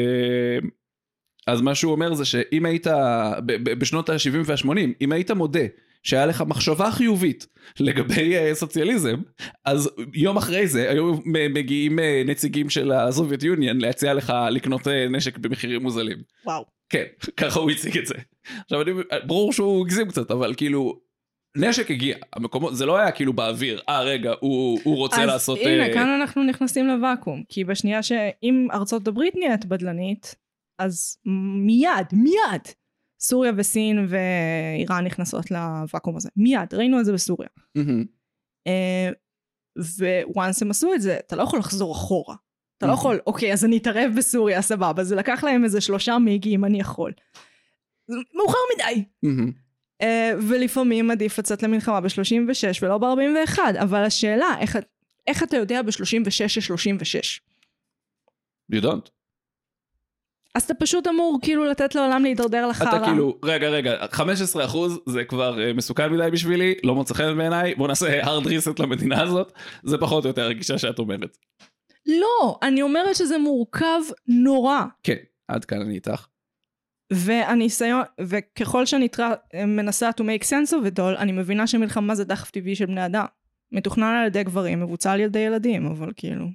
אז מה שהוא אומר זה שאם היית, בשנות ה-שבעים וה-שמונים, אם היית מודה שהיה לך מחשבה חיובית לגבי סוציאליזם, אז יום אחרי זה היו מגיעים נציגים של הסובייט יוניון להציע לך לקנות נשק במחירים מוזלים. וואו. כן, ככה הוא הציג את זה. עכשיו, אני, ברור שהוא הגזים קצת, אבל כאילו, נשק הגיע, המקומות, זה לא היה כאילו באוויר, אה רגע, הוא, הוא רוצה אז לעשות... אז הנה, uh... כאן אנחנו נכנסים לוואקום, כי בשנייה שאם ארצות הברית נהיית בדלנית, אז מיד, מיד, סוריה וסין ואיראן נכנסות לוואקום הזה. מיד, ראינו את זה בסוריה. Mm-hmm. וואנס הם עשו את זה, אתה לא יכול לחזור אחורה. אתה לא יכול, אוקיי, אז אני אתערב בסוריה, סבבה, זה לקח להם איזה שלושה מיגי אם אני יכול. מאוחר מדי. ולפעמים עדיף לצאת למלחמה ב-שלושים ושש ולא ב-ארבעים ואחת, אבל השאלה, איך אתה יודע ב-שלושים ושש ש-שלושים ושש? You don't. אז אתה פשוט אמור כאילו לתת לעולם להידרדר לחרה. אתה כאילו, רגע, רגע, חמישה עשר אחוז זה כבר מסוכן מדי בשבילי, לא מוצא חן בעיניי, בוא נעשה hard reset למדינה הזאת, זה פחות או יותר הרגישה שאת אומרת. לא, אני אומרת שזה מורכב נורא. כן, עד כאן אני איתך. והניסיון, וככל שאני מנסה to make sense of it all, אני מבינה שמלחמה זה דחף טבעי של בני אדם. מתוכנן על ידי גברים, מבוצע על ידי ילדים, אבל כאילו...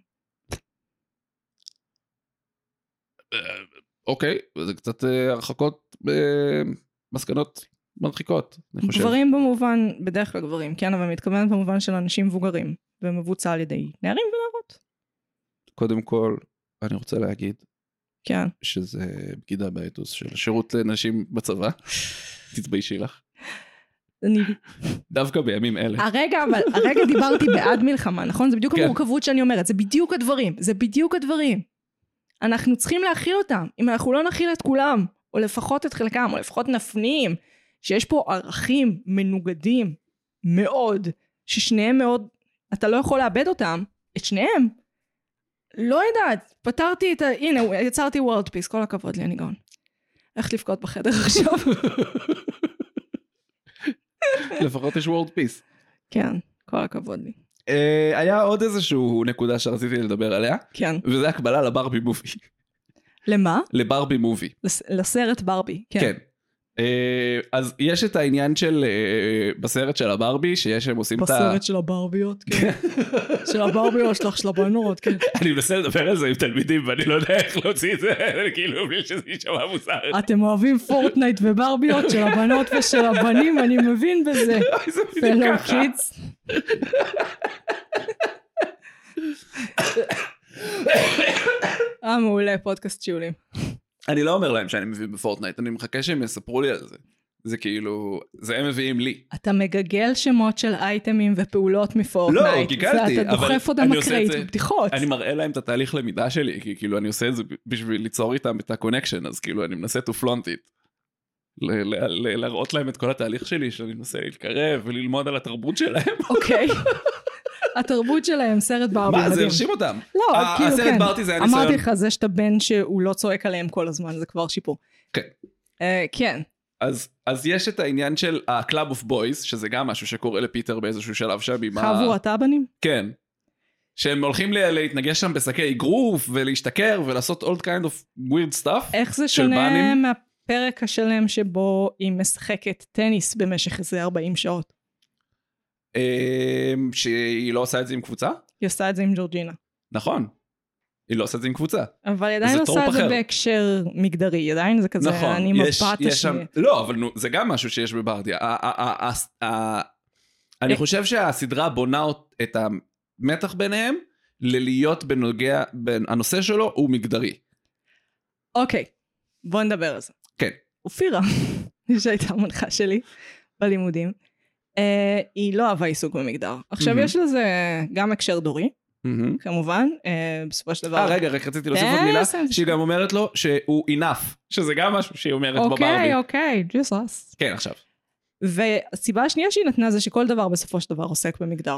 אוקיי, זה קצת הרחקות, מסקנות מרחיקות, אני חושב. גברים במובן, בדרך כלל גברים, כן, אבל מתכוון במובן של אנשים מבוגרים, ומבוצע על ידי נערים ונערות. קודם כל, אני רוצה להגיד, כן. שזה בגידה באתוס של שירות לנשים בצבא. תתביישי לך. אני... דווקא בימים אלה. הרגע, אבל הרגע דיברתי בעד מלחמה, נכון? זה בדיוק כן. המורכבות שאני אומרת, זה בדיוק הדברים, זה בדיוק הדברים. אנחנו צריכים להכיל אותם. אם אנחנו לא נכיל את כולם, או לפחות את חלקם, או לפחות נפנים, שיש פה ערכים מנוגדים מאוד, ששניהם מאוד, אתה לא יכול לאבד אותם, את שניהם, לא יודעת, פתרתי את ה... הנה, יצרתי וורלד פיס, כל הכבוד לי, אני גאון. איך לבכות בחדר עכשיו? לפחות יש וורלד פיס. כן, כל הכבוד לי. היה עוד איזשהו נקודה שרציתי לדבר עליה. כן. וזה הקבלה לברבי מובי. למה? לברבי מובי. לסרט ברבי, כן. כן. אז יש את העניין של בסרט של הברבי שיש הם עושים את ה... בסרט של הברביות, כן. של הברביות שלך, של הבנות, כן. אני מנסה לדבר על זה עם תלמידים ואני לא יודע איך להוציא את זה, כאילו בלי שזה יישמע מוזר. אתם אוהבים פורטנייט וברביות של הבנות ושל הבנים, אני מבין בזה. פלו קידס. אה, מעולה, פודקאסט שיולים. אני לא אומר להם שאני מבין בפורטנייט, אני מחכה שהם יספרו לי על זה. זה כאילו, זה הם מביאים לי. אתה מגגל שמות של אייטמים ופעולות מפורטנייט. לא, גיגלתי. ואתה דוחף אותם מקרית בבדיחות. אני מראה להם את התהליך למידה שלי, כי כאילו אני עושה את זה בשביל ליצור איתם את הקונקשן, אז כאילו אני מנסה to flaunt it. להראות להם את כל התהליך שלי, שאני מנסה להתקרב וללמוד על התרבות שלהם. אוקיי. התרבות שלהם, סרט ברבי. מה, זה הרשים אותם? לא, כאילו כן. הסרט ברבי זה היה ניסיון. אמרתי לך, זה שאתה בן שהוא לא צועק עליהם כל הזמן, זה כבר שיפור. כן. כן. אז, אז יש את העניין של ה-Club of Boys, שזה גם משהו שקורה לפיטר באיזשהו שלב שם עם ה... חבורת הבנים? כן. שהם הולכים להתנגש שם בשקי אגרוף, ולהשתכר, ולעשות all kind of weird stuff. איך זה שונה מהפרק השלם שבו היא משחקת טניס במשך איזה ארבעים שעות? שהיא לא עושה את זה עם קבוצה? היא עושה את זה עם ג'ורג'ינה. נכון. היא לא עושה את זה עם קבוצה. אבל היא עדיין עושה את זה בהקשר מגדרי, עדיין זה כזה, נכון, אני מפת השני. לא, אבל זה גם משהו שיש בברדיה. אני חושב שהסדרה בונה את המתח ביניהם, ללהיות בנוגע, הנושא שלו הוא מגדרי. אוקיי, בוא נדבר על זה. כן. אופירה, שהייתה המנחה שלי בלימודים, היא לא אהבה עיסוק במגדר. עכשיו יש לזה גם הקשר דורי, כמובן, בסופו של דבר. אה, רגע, רק רציתי להוסיף עוד מילה, שהיא גם אומרת לו שהוא enough, שזה גם משהו שהיא אומרת בברבי. אוקיי, אוקיי, ג'יסוס. כן, עכשיו. והסיבה השנייה שהיא נתנה זה שכל דבר בסופו של דבר עוסק במגדר.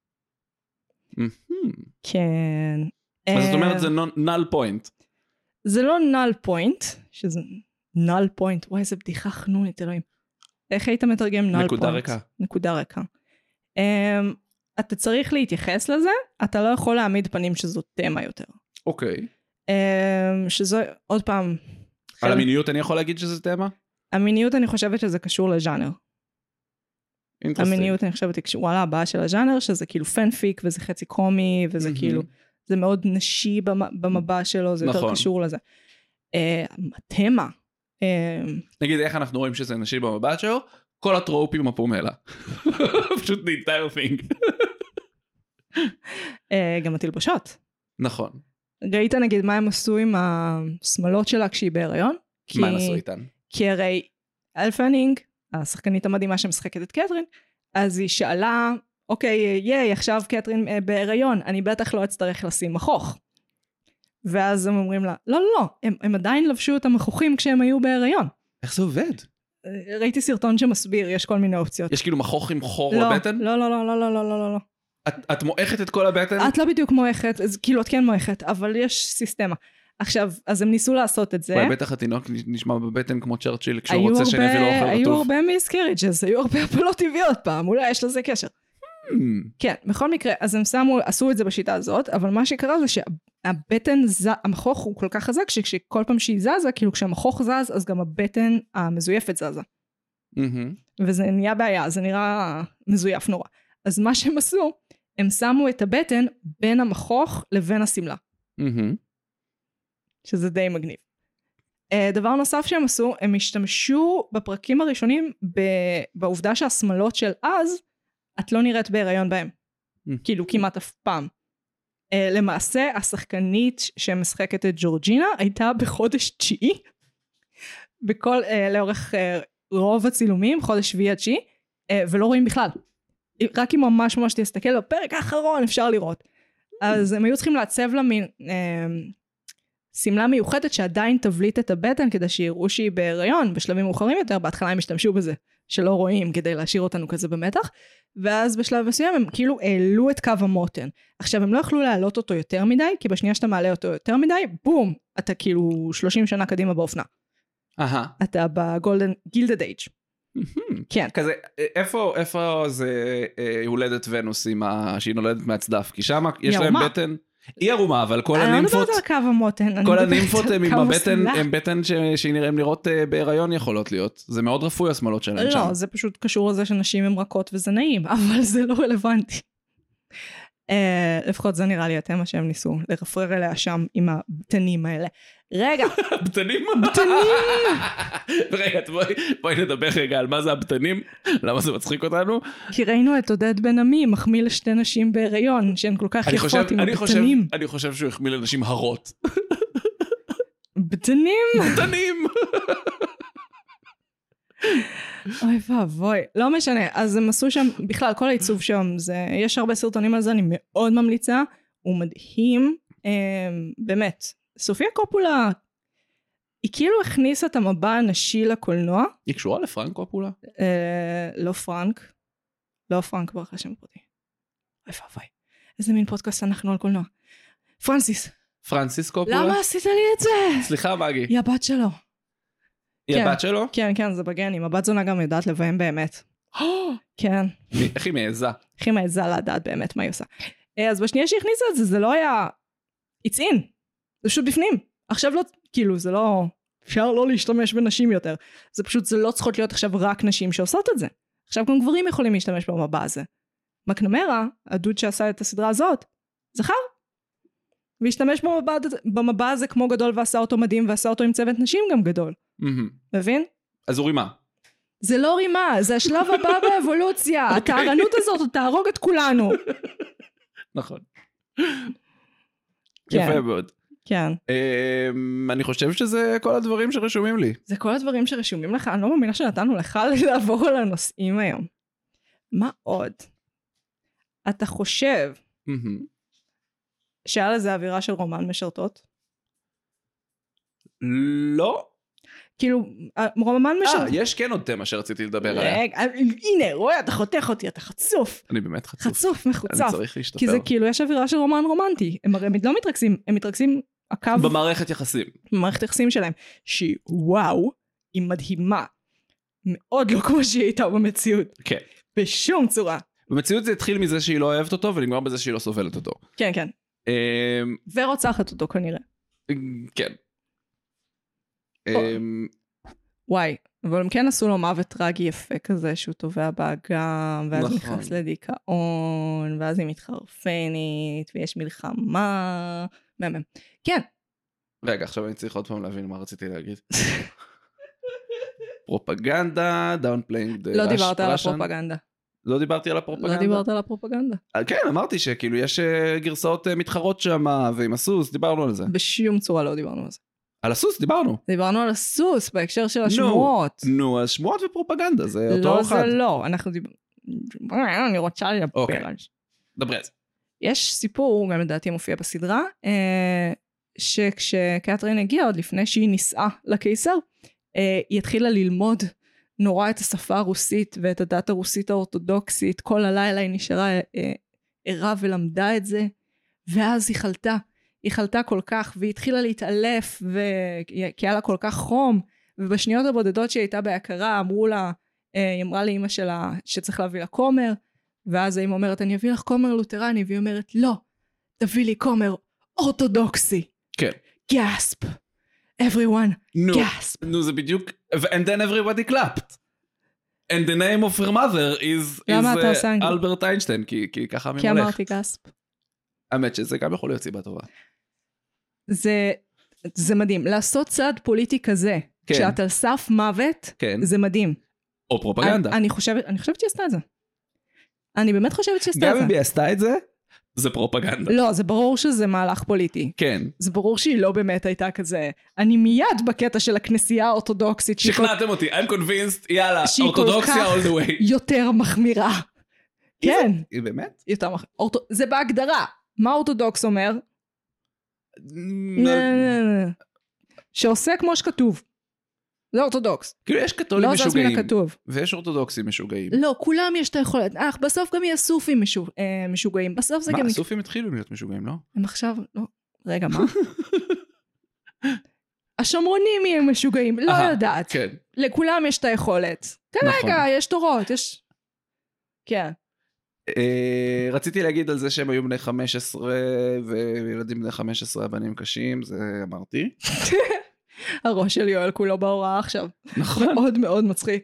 כן. אז זאת אומרת זה null point. זה לא null point, שזה null point, וואי, איזה בדיחה חנונית, אלוהים. איך היית מתרגם null point? נקודה ריקה. נקודה ריקה. אתה צריך להתייחס לזה, אתה לא יכול להעמיד פנים שזו תמה יותר. אוקיי. שזו, עוד פעם... על המיניות אני יכול להגיד שזה תמה? המיניות אני חושבת שזה קשור לז'אנר. המיניות אני חושבת היא קשורה להבאה של הז'אנר, שזה כאילו פנפיק, וזה חצי קומי, וזה כאילו, זה מאוד נשי במבע שלו, זה יותר קשור לזה. תמה. נגיד איך אנחנו רואים שזה נשי במבט שלו? כל הטרופים הפומלה. פשוט the entire thing. גם התלבושות. נכון. ראית נגיד מה הם עשו עם השמלות שלה כשהיא בהיריון? מה הם עשו איתן? כי הרי אל פנינג, השחקנית המדהימה שמשחקת את קתרין, אז היא שאלה, אוקיי, ייי, עכשיו קתרין בהיריון, אני בטח לא אצטרך לשים מכוך. ואז הם אומרים לה, לא, לא, לא, הם, הם עדיין לבשו את המכוחים כשהם היו בהיריון. איך זה עובד? ראיתי סרטון שמסביר, יש כל מיני אופציות. יש כאילו מכוך עם חור לא, בבטן? לא, לא, לא, לא, לא, לא, לא, לא. את, את מועכת את כל הבטן? את לא בדיוק מועכת, אז כאילו את כן מועכת, אבל יש סיסטמה. עכשיו, אז הם ניסו לעשות את זה. וואי, בטח התינוק נשמע בבטן כמו צ'רצ'יל, כשהוא רוצה שאני אביא לו אוכל רטוב. היו הרבה מיסקריג'ס, היו הרבה הפלות טבעיות פעם, אולי יש לזה קשר. כן, בכל מקרה, אז הם שמו, עשו את זה בשיטה הזאת, אבל מה שקרה זה שהבטן, המכוך הוא כל כך חזק, שכל פעם שהיא זזה, כאילו כשהמכוך זז, אז גם הבטן המזויפת זזה. וזה נהיה בעיה, זה נראה מזויף נורא. אז מה שהם עשו, הם שמו את הבטן בין המכוך לבין הסמלה. שזה די מגניב. דבר נוסף שהם עשו, הם השתמשו בפרקים הראשונים בעובדה שהשמלות של אז, את לא נראית בהיריון בהם. כאילו כמעט אף פעם. למעשה, השחקנית שמשחקת את ג'ורג'ינה, הייתה בחודש תשיעי, בכל, לאורך רוב הצילומים, חודש שביעי עד תשיעי, ולא רואים בכלל. רק אם ממש ממש תסתכל בפרק האחרון, אפשר לראות. אז הם היו צריכים לעצב לה מין סמלה מיוחדת שעדיין תבליט את הבטן, כדי שיראו שהיא בהיריון, בשלבים מאוחרים יותר, בהתחלה הם השתמשו בזה. שלא רואים כדי להשאיר אותנו כזה במתח, ואז בשלב מסוים הם כאילו העלו את קו המותן. עכשיו הם לא יכלו להעלות אותו יותר מדי, כי בשנייה שאתה מעלה אותו יותר מדי, בום, אתה כאילו שלושים שנה קדימה באופנה. אהה. אתה בגולדן, גילדד אייג'. כן. כזה, איפה, איפה זה אה, הולדת ונוס עם ה... שהיא נולדת מהצדף? כי שם יש להם ערומה. בטן... היא ערומה, אבל כל אני לא הנימפות... מדברת על קו המותן. כל הנימפות הם עם הבטן, השמלה. הם בטן ש... שנראים לראות אה, בהיריון יכולות להיות. זה מאוד רפוי השמלות שלהם שם. לא, זה פשוט קשור לזה שנשים הן רכות וזה נעים, אבל זה לא רלוונטי. Uh, לפחות זה נראה לי התמה שהם ניסו לרפרר אליה שם עם הבטנים האלה. רגע. בטנים? בטנים! רגע, בואי, בואי נדבר רגע על מה זה הבטנים, למה זה מצחיק אותנו. כי ראינו את עודד בן עמי מחמיא לשתי נשים בהיריון, שהן כל כך יפות חושב, עם אני הבטנים. חושב, אני חושב שהוא החמיא לנשים הרות. בטנים? בטנים! אוי ואבוי, לא משנה, אז הם עשו שם, בכלל כל העיצוב שם, זה, יש הרבה סרטונים על זה, אני מאוד ממליצה, הוא מדהים, אה, באמת, סופיה קופולה, היא כאילו הכניסה את המבע הנשי לקולנוע. היא קשורה לפרנק קופולה? אה, לא פרנק, לא פרנק ברכה שם פרטי. אוי ואבוי, איזה מין פודקאסט אנחנו על קולנוע. פרנסיס. פרנסיס קופולה? למה עשית לי את זה? סליחה מגי. היא הבת שלו. היא כן. הבת שלו? כן, כן, זה בגנים. הבת זונה גם יודעת לביים באמת. כן. איך היא מעזה? איך היא מעזה לדעת באמת מה היא עושה. אז בשנייה שהכניסה את זה, זה לא היה... It's in. זה פשוט בפנים. עכשיו לא, כאילו, זה לא... אפשר לא להשתמש בנשים יותר. זה פשוט, זה לא צריכות להיות עכשיו רק נשים שעושות את זה. עכשיו גם גברים יכולים להשתמש במבע הזה. מקנמרה, הדוד שעשה את הסדרה הזאת, זכר. והשתמש במבע, במבע הזה כמו גדול ועשה אותו מדהים, ועשה אותו עם צוות נשים גם גדול. מבין? אז הוא רימה. זה לא רימה, זה השלב הבא באבולוציה. הטהרנות הזאת תהרוג את כולנו. נכון. יפה מאוד. כן. אני חושב שזה כל הדברים שרשומים לי. זה כל הדברים שרשומים לך, אני לא מאמינה שנתנו לך לעבור על הנושאים היום. מה עוד? אתה חושב שהיה לזה אווירה של רומן משרתות? לא. כאילו, רומן משרתות... אה, יש כן עוד תמה שרציתי לדבר עליה. רגע, הנה, רואה, אתה חותך אותי, אתה חצוף. אני באמת חצוף. חצוף, מחוצף. אני צריך להשתפר. כי זה כאילו, יש אווירה של רומן רומנטי. הם הרי לא מתרכזים, הם מתרכזים הקו... במערכת יחסים. במערכת יחסים שלהם, שהיא וואו, היא מדהימה. מאוד לא כמו שהיא הייתה במציאות. כן. בשום צורה. במציאות זה התחיל מזה שהיא לא אוהבת אותו, ונגמר בזה שהיא לא סובלת אותו. כן, כן. ורוצחת אותו כנראה. כן. וואי, אבל הם כן עשו לו מוות טרגי יפה כזה, שהוא טובע באגם, ואז נכנס לדיכאון, ואז היא מתחרפנית, ויש מלחמה, מהמם. כן. רגע, עכשיו אני צריך עוד פעם להבין מה רציתי להגיד. פרופגנדה, downplaying the לא דיברת על הפרופגנדה. לא דיברתי על הפרופגנדה? לא דיברת על הפרופגנדה. כן, אמרתי שכאילו יש גרסאות מתחרות שם, ועם הסוס, דיברנו על זה. בשום צורה לא דיברנו על זה. על הסוס דיברנו. דיברנו על הסוס בהקשר של השמועות. נו, אז שמועות ופרופגנדה, זה אותו אחד. לא, זה לא. אנחנו דיברנו... אני רוצה לדבר על זה. דברי על זה. יש סיפור, גם לדעתי מופיע בסדרה, שכשקטרין הגיעה עוד לפני שהיא נישאה לקיסר, היא התחילה ללמוד נורא את השפה הרוסית ואת הדת הרוסית האורתודוקסית. כל הלילה היא נשארה ערה ולמדה את זה, ואז היא חלתה. היא חלתה כל כך, והיא התחילה להתעלף, כי היה לה כל כך חום, ובשניות הבודדות שהיא הייתה בהכרה, אמרו לה, היא אמרה לאמא שלה שצריך להביא לה כומר, ואז האמא אומרת, אני אביא לך כומר לותרני, והיא אומרת, לא, תביא לי כומר אורתודוקסי. כן. גאספ. everyone, gasp. נו, זה בדיוק, and then everybody clapped. And the name of her mother is אלברט איינשטיין, כי ככה מי כי מולך. אמרתי גאספ. האמת שזה גם יכול להיות סיבה טובה. זה, זה מדהים. לעשות צעד פוליטי כזה, כן. כשאת על סף מוות, כן. זה מדהים. או פרופגנדה. אני, אני חושבת, אני חושבת שהיא עשתה את זה. אני באמת חושבת שהיא עשתה את זה. גם אם היא עשתה את זה, זה פרופגנדה. לא, זה ברור שזה מהלך פוליטי. כן. זה ברור שהיא לא באמת הייתה כזה. אני מיד בקטע של הכנסייה האורתודוקסית. שכנעתם כל... אותי, I'm convinced, יאללה, אורתודוקסיה all the way. יותר מחמירה. כן. היא באמת? יותר מחמירה. אורת... זה בהגדרה. מה אורתודוקס אומר? שעושה כמו שכתוב. זה אורתודוקס. כאילו יש קתולים לא זז מן משוגעים, הכתוב. ויש אורתודוקסים משוגעים. לא, כולם יש את היכולת. אך, בסוף גם יהיה סופים משו- אה, משוגעים. בסוף זה מה, גם... הסופים התחילו להיות משוגעים, לא? הם עכשיו... לא. רגע, מה? השומרונים יהיו משוגעים, לא אהה, יודעת. כן. לכולם יש את היכולת. כרגע, נכון. יש תורות, יש... כן. אה, רציתי להגיד על זה שהם היו בני חמש עשרה, וילדים בני חמש עשרה הבנים קשים, זה אמרתי. הראש של יואל כולו בהוראה עכשיו. נכון. מאוד מאוד מצחיק.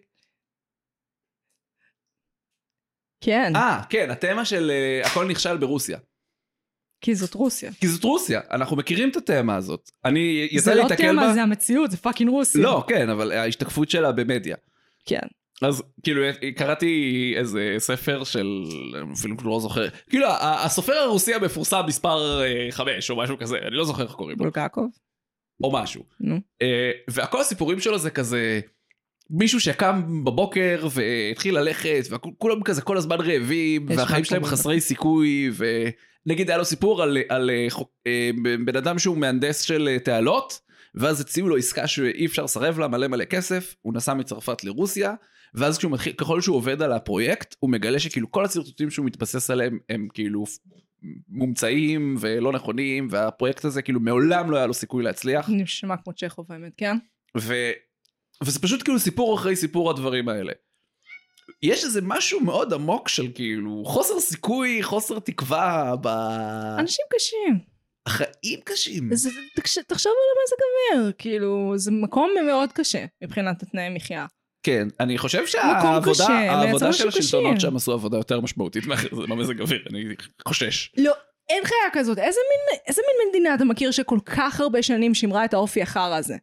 כן, אה, כן, התמה של אה, הכל נכשל ברוסיה. כי זאת רוסיה. כי זאת רוסיה, אנחנו מכירים את התמה הזאת. אני יצא זה לי לא להתקל תמה, בה. זה המציאות, זה פאקינג רוסיה. לא, כן, אבל ההשתקפות שלה במדיה. כן. אז כאילו קראתי איזה ספר של, אפילו לא זוכר, כאילו הסופר הרוסי המפורסם מספר חמש או משהו כזה, אני לא זוכר איך קוראים לו. בולגקוב. או משהו. נו. וכל הסיפורים שלו זה כזה, מישהו שקם בבוקר והתחיל ללכת, וכולם כזה כל הזמן רעבים, והחיים שלהם חסרי סיכוי, ונגיד היה לו סיפור על, על בן אדם שהוא מהנדס של תעלות, ואז הציעו לו עסקה שאי אפשר לסרב לה, מלא מלא כסף, הוא נסע מצרפת לרוסיה, ואז כשהוא מתחיל, ככל שהוא עובד על הפרויקט, הוא מגלה שכאילו כל הסרטוטים שהוא מתבסס עליהם, הם כאילו מומצאים ולא נכונים, והפרויקט הזה כאילו מעולם לא היה לו סיכוי להצליח. נשמע כמו צ'כוב האמת, כן? ו... וזה פשוט כאילו סיפור אחרי סיפור הדברים האלה. יש איזה משהו מאוד עמוק של כאילו חוסר סיכוי, חוסר תקווה ב... אנשים קשים. החיים קשים. זה, תחש, תחשוב על המזג אוויר, כאילו, זה מקום מאוד קשה מבחינת התנאי מחיה. כן, אני חושב שהעבודה קשה, העבודה של קשה. השלטונות שם עשו עבודה יותר משמעותית מהמזג אוויר, אני חושש. לא, אין חיה כזאת. איזה מין, איזה מין מדינה אתה מכיר שכל כך הרבה שנים שמרה את האופי החרא הזה?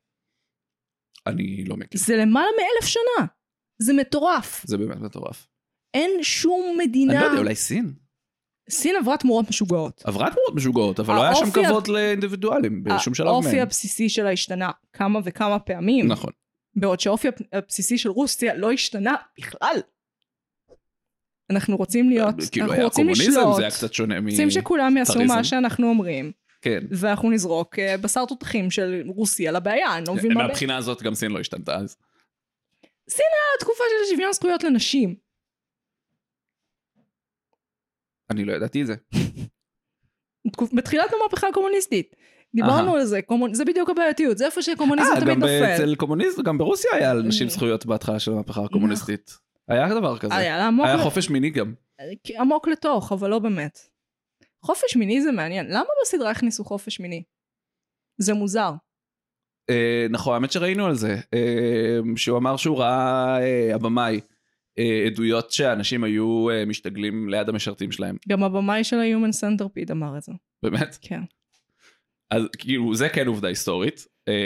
אני לא מכיר. זה למעלה מאלף שנה. זה מטורף. זה באמת מטורף. אין שום מדינה... אני לא יודע, אולי סין? סין עברה תמורות משוגעות. עברה תמורות משוגעות, אבל לא היה שם כבוד לאינדיבידואלים בשום שלב מהם. האופי הבסיסי שלה השתנה כמה וכמה פעמים. נכון. בעוד שהאופי הבסיסי של רוסיה לא השתנה בכלל. אנחנו רוצים להיות, כאילו אנחנו רוצים לשלוט. הקומוניזם זה היה קצת שונה מ... רוצים שכולם יעשו צאריזם. מה שאנחנו אומרים. כן. ואנחנו נזרוק בשר תותחים של רוסיה לבעיה. אני לא מבין מה... מהבחינה הזאת גם סין לא השתנתה אז. סין היה תקופה של שוויון זכויות לנשים. אני לא ידעתי את זה. בתחילת המהפכה הקומוניסטית. דיברנו על זה, זה בדיוק הבעייתיות, זה איפה שקומוניזם תמיד נופל. אה, גם אצל קומוניזם, גם ברוסיה היה לנשים זכויות בהתחלה של המהפכה הקומוניסטית. היה דבר כזה. היה חופש מיני גם. עמוק לתוך, אבל לא באמת. חופש מיני זה מעניין. למה בסדרה הכניסו חופש מיני? זה מוזר. נכון, האמת שראינו על זה. שהוא אמר שהוא ראה הבמאי. עדויות שאנשים היו משתגלים ליד המשרתים שלהם. גם הבמאי של ה-Human Centipede אמר את זה. באמת? כן. אז כאילו זה כן עובדה היסטורית.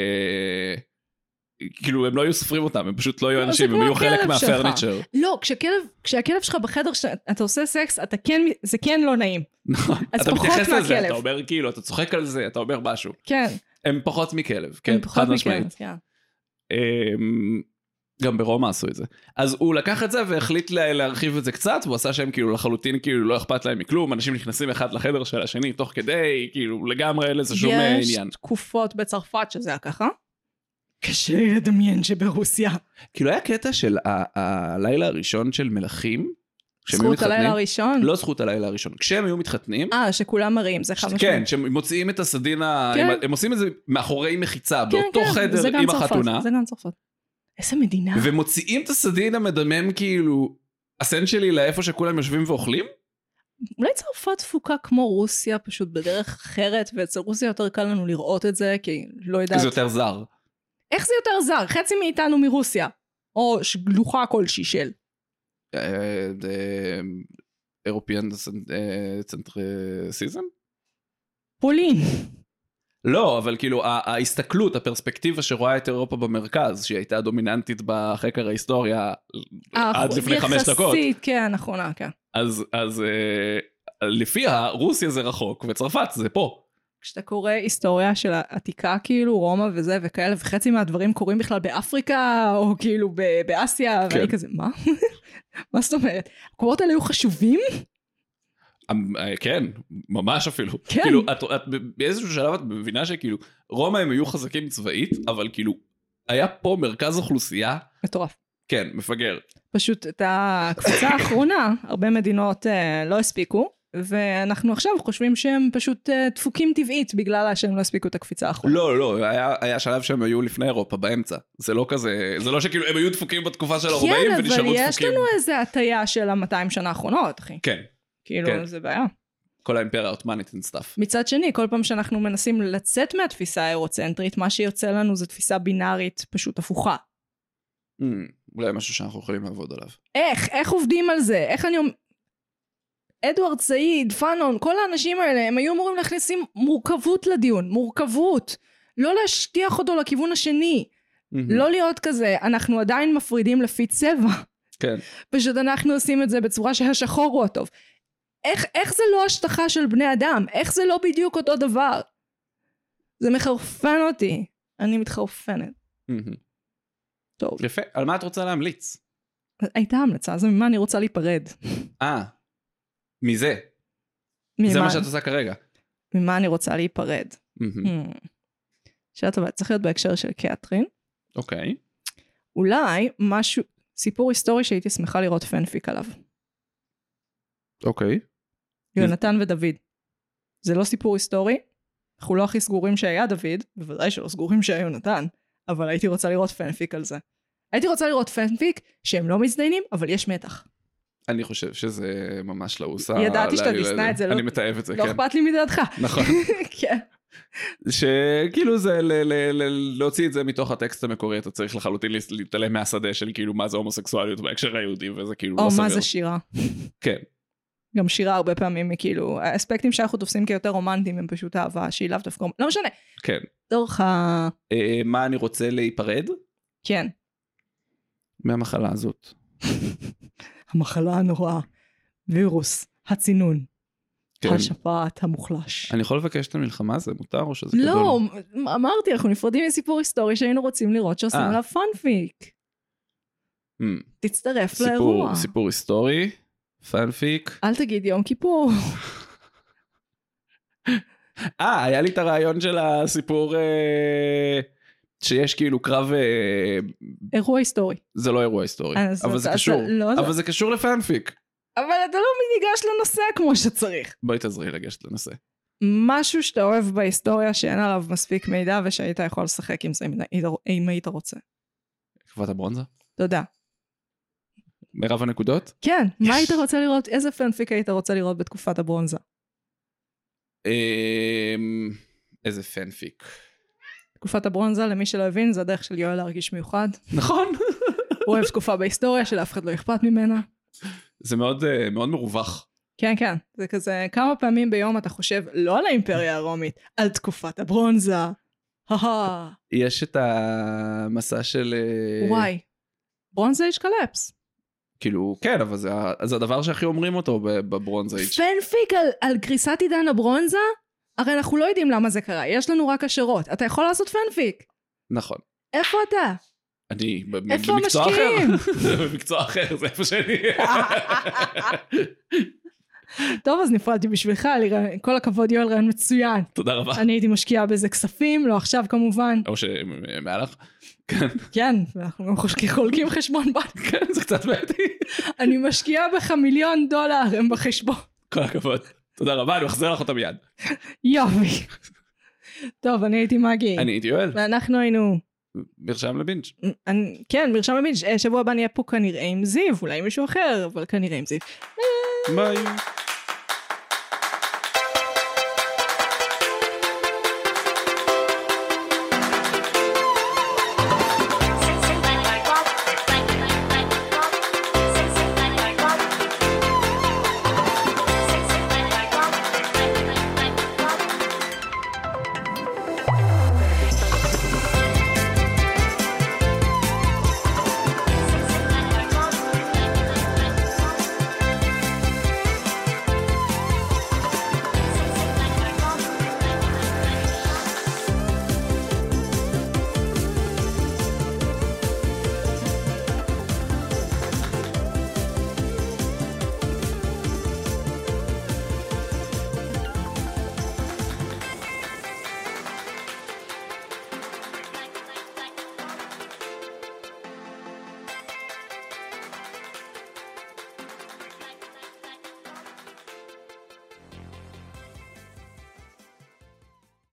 כאילו הם לא היו סופרים אותם, הם פשוט לא היו אנשים, הם היו חלק מהפרניצ'ר. לא, כשהכלב שלך בחדר, אתה עושה סקס, זה כן לא נעים. נכון. אתה מתייחס לזה, אתה אומר כאילו, אתה צוחק על זה, אתה אומר משהו. כן. הם פחות מכלב, כן, חד משמעית. גם ברומא עשו את זה. אז הוא לקח את זה והחליט להרחיב את זה קצת, והוא עשה שהם כאילו לחלוטין כאילו לא אכפת להם מכלום, אנשים נכנסים אחד לחדר של השני תוך כדי, כאילו לגמרי אין לזה שום עניין. יש תקופות בצרפת שזה היה ככה. קשה לדמיין שברוסיה. כאילו היה קטע של הלילה הראשון של מלכים, זכות הלילה הראשון? לא זכות הלילה הראשון, כשהם היו מתחתנים. אה, שכולם מראים, זה חד משמעית. כן, שהם מוציאים את הסדין, הם עושים את זה מאחורי מחיצה, באותו חדר עם החתונה. זה גם צרפת. איזה מדינה. ומוציאים את הסדין המדמם כאילו, הסן שלי לאיפה שכולם יושבים ואוכלים? אולי צרפת תפוקה כמו רוסיה, פשוט בדרך אחרת, ואצל רוסיה יותר קל לנו לראות את זה, כי לא יודעת. זה יותר זר. איך זה יותר זר? חצי מאיתנו מרוסיה. או שלוחה כלשהי של. אירופיאן צנטריסיזם? פולין. לא, אבל כאילו ההסתכלות, הפרספקטיבה שרואה את אירופה במרכז, שהיא הייתה דומיננטית בחקר ההיסטוריה עד לפני חמש דקות. יחסית, כן, נכונה, כן. אז לפיה רוסיה זה רחוק, וצרפת זה פה. כשאתה קורא היסטוריה של העתיקה, כאילו, רומא וזה וכאלה, וחצי מהדברים קורים בכלל באפריקה, או כאילו באסיה, ואני כזה, מה? מה זאת אומרת? המקומות האלה היו חשובים? כן, ממש אפילו. כן. כאילו, את באיזשהו שלב את מבינה שכאילו, רומא הם היו חזקים צבאית, אבל כאילו, היה פה מרכז אוכלוסייה, מטורף. כן, מפגר. פשוט את הקבוצה האחרונה, הרבה מדינות אה, לא הספיקו, ואנחנו עכשיו חושבים שהם פשוט אה, דפוקים טבעית, בגלל שהם לא הספיקו את הקפיצה האחרונה. לא, לא, היה, היה שלב שהם היו לפני אירופה, באמצע. זה לא כזה, זה לא שכאילו הם היו דפוקים בתקופה של הרומאים, ונשארו דפוקים. כן, אבל יש לנו איזה הטיה של ה-מאתיים שנה האחרונות, אחי. כן. כאילו, כן. זה בעיה. כל האימפריה האוטומנית and stuff. מצד שני, כל פעם שאנחנו מנסים לצאת מהתפיסה האירוצנטרית, מה שיוצא לנו זה תפיסה בינארית פשוט הפוכה. Mm, אולי משהו שאנחנו יכולים לעבוד עליו. איך? איך עובדים על זה? איך אני אומר... אדוארד סעיד, פאנון, כל האנשים האלה, הם היו אמורים להכניסים מורכבות לדיון, מורכבות. לא להשטיח אותו לכיוון השני. Mm-hmm. לא להיות כזה, אנחנו עדיין מפרידים לפי צבע. כן. פשוט אנחנו עושים את זה בצורה שהשחור הוא הטוב. איך, איך זה לא השטחה של בני אדם? איך זה לא בדיוק אותו דבר? זה מחרפן אותי. אני מתחרפנת. Mm-hmm. טוב. יפה. על מה את רוצה להמליץ? הייתה המלצה, אז ממה אני רוצה להיפרד? אה, מזה. ממה, זה מה שאת עושה כרגע. ממה אני רוצה להיפרד? Mm-hmm. Hmm. שאלה טובה, צריך להיות בהקשר של קטרין. אוקיי. אולי משהו, סיפור היסטורי שהייתי שמחה לראות פנפיק עליו. אוקיי. יונתן ודוד. זה לא סיפור היסטורי, אנחנו לא הכי סגורים שהיה דוד, בוודאי שלא סגורים שהיה יונתן, אבל הייתי רוצה לראות פנפיק על זה. הייתי רוצה לראות פנפיק שהם לא מזדיינים, אבל יש מתח. אני חושב שזה ממש לעושה. ידעתי שאתה תשנא את זה. אני מתאהב את זה, כן. לא אכפת לי מדעתך. נכון. כן. שכאילו זה להוציא את זה מתוך הטקסט המקורי, אתה צריך לחלוטין להתעלם מהשדה של כאילו מה זה הומוסקסואליות בהקשר היהודי, וזה כאילו לא סביר. או מה זה שירה. כן. גם שירה הרבה פעמים, כאילו, האספקטים שאנחנו תופסים כיותר רומנטיים, הם פשוט אהבה, שהיא לאו דווקא, לא משנה. כן. דורך ה... מה אני רוצה להיפרד? כן. מהמחלה הזאת. המחלה הנוראה, וירוס, הצינון, כן. השפעת המוחלש. אני יכול לבקש את המלחמה, זה מותר או שזה גדול? לא, אמרתי, אנחנו נפרדים מסיפור היסטורי שהיינו רוצים לראות שעושים עליו פאנפיק. תצטרף לאירוע. סיפור היסטורי, פאנפיק. אל תגיד יום כיפור. אה, היה לי את הרעיון של הסיפור שיש כאילו קרב... אירוע היסטורי. זה לא אירוע היסטורי, אבל זה קשור. אבל זה קשור לפאנפיק. אבל אתה לא ניגש לנושא כמו שצריך. בואי תעזרי לגשת לנושא. משהו שאתה אוהב בהיסטוריה שאין עליו מספיק מידע ושהיית יכול לשחק עם זה אם היית רוצה. קרבת הברונזה? תודה. מרב הנקודות? כן, מה היית רוצה לראות? איזה פאנפיק היית רוצה לראות בתקופת הברונזה? איזה פאנפיק? תקופת הברונזה, למי שלא הבין, זה הדרך של יואל להרגיש מיוחד. נכון. הוא אוהב תקופה בהיסטוריה שלאף אחד לא אכפת ממנה. זה מאוד, מאוד מרווח. כן, כן. זה כזה, כמה פעמים ביום אתה חושב, לא על האימפריה הרומית, על תקופת הברונזה. יש את המסע של... וואי. ברונזה איש קלפס. כאילו, כן, אבל זה, זה הדבר שהכי אומרים אותו בברונזה איש. פנפיק על, על קריסת עידן הברונזה? הרי אנחנו לא יודעים למה זה קרה, יש לנו רק השערות. אתה יכול לעשות פנפיק. נכון. איפה אתה? אני איפה במקצוע המשקיעים? אחר. במקצוע אחר, זה איפה שאני. טוב, אז נפרדתי בשבילך, כל הכבוד יואל, רעיון מצוין. תודה רבה. אני הייתי משקיעה בזה כספים, לא עכשיו כמובן. או שמעלך? כן. כן, ואנחנו גם חולקים חשבון בנק. כן, זה קצת בעייתי. אני משקיעה בך מיליון דולר, הם בחשבון. כל הכבוד. תודה רבה, אני מחזיר לך אותה מיד. יופי. טוב, אני הייתי מגי. אני הייתי יואל. ואנחנו היינו... מרשם לבינג'. אני, כן, מרשם לבינג'. שבוע הבא נהיה פה כנראה עם זיו, אולי מישהו אחר, אבל כנראה עם זיו. ביי.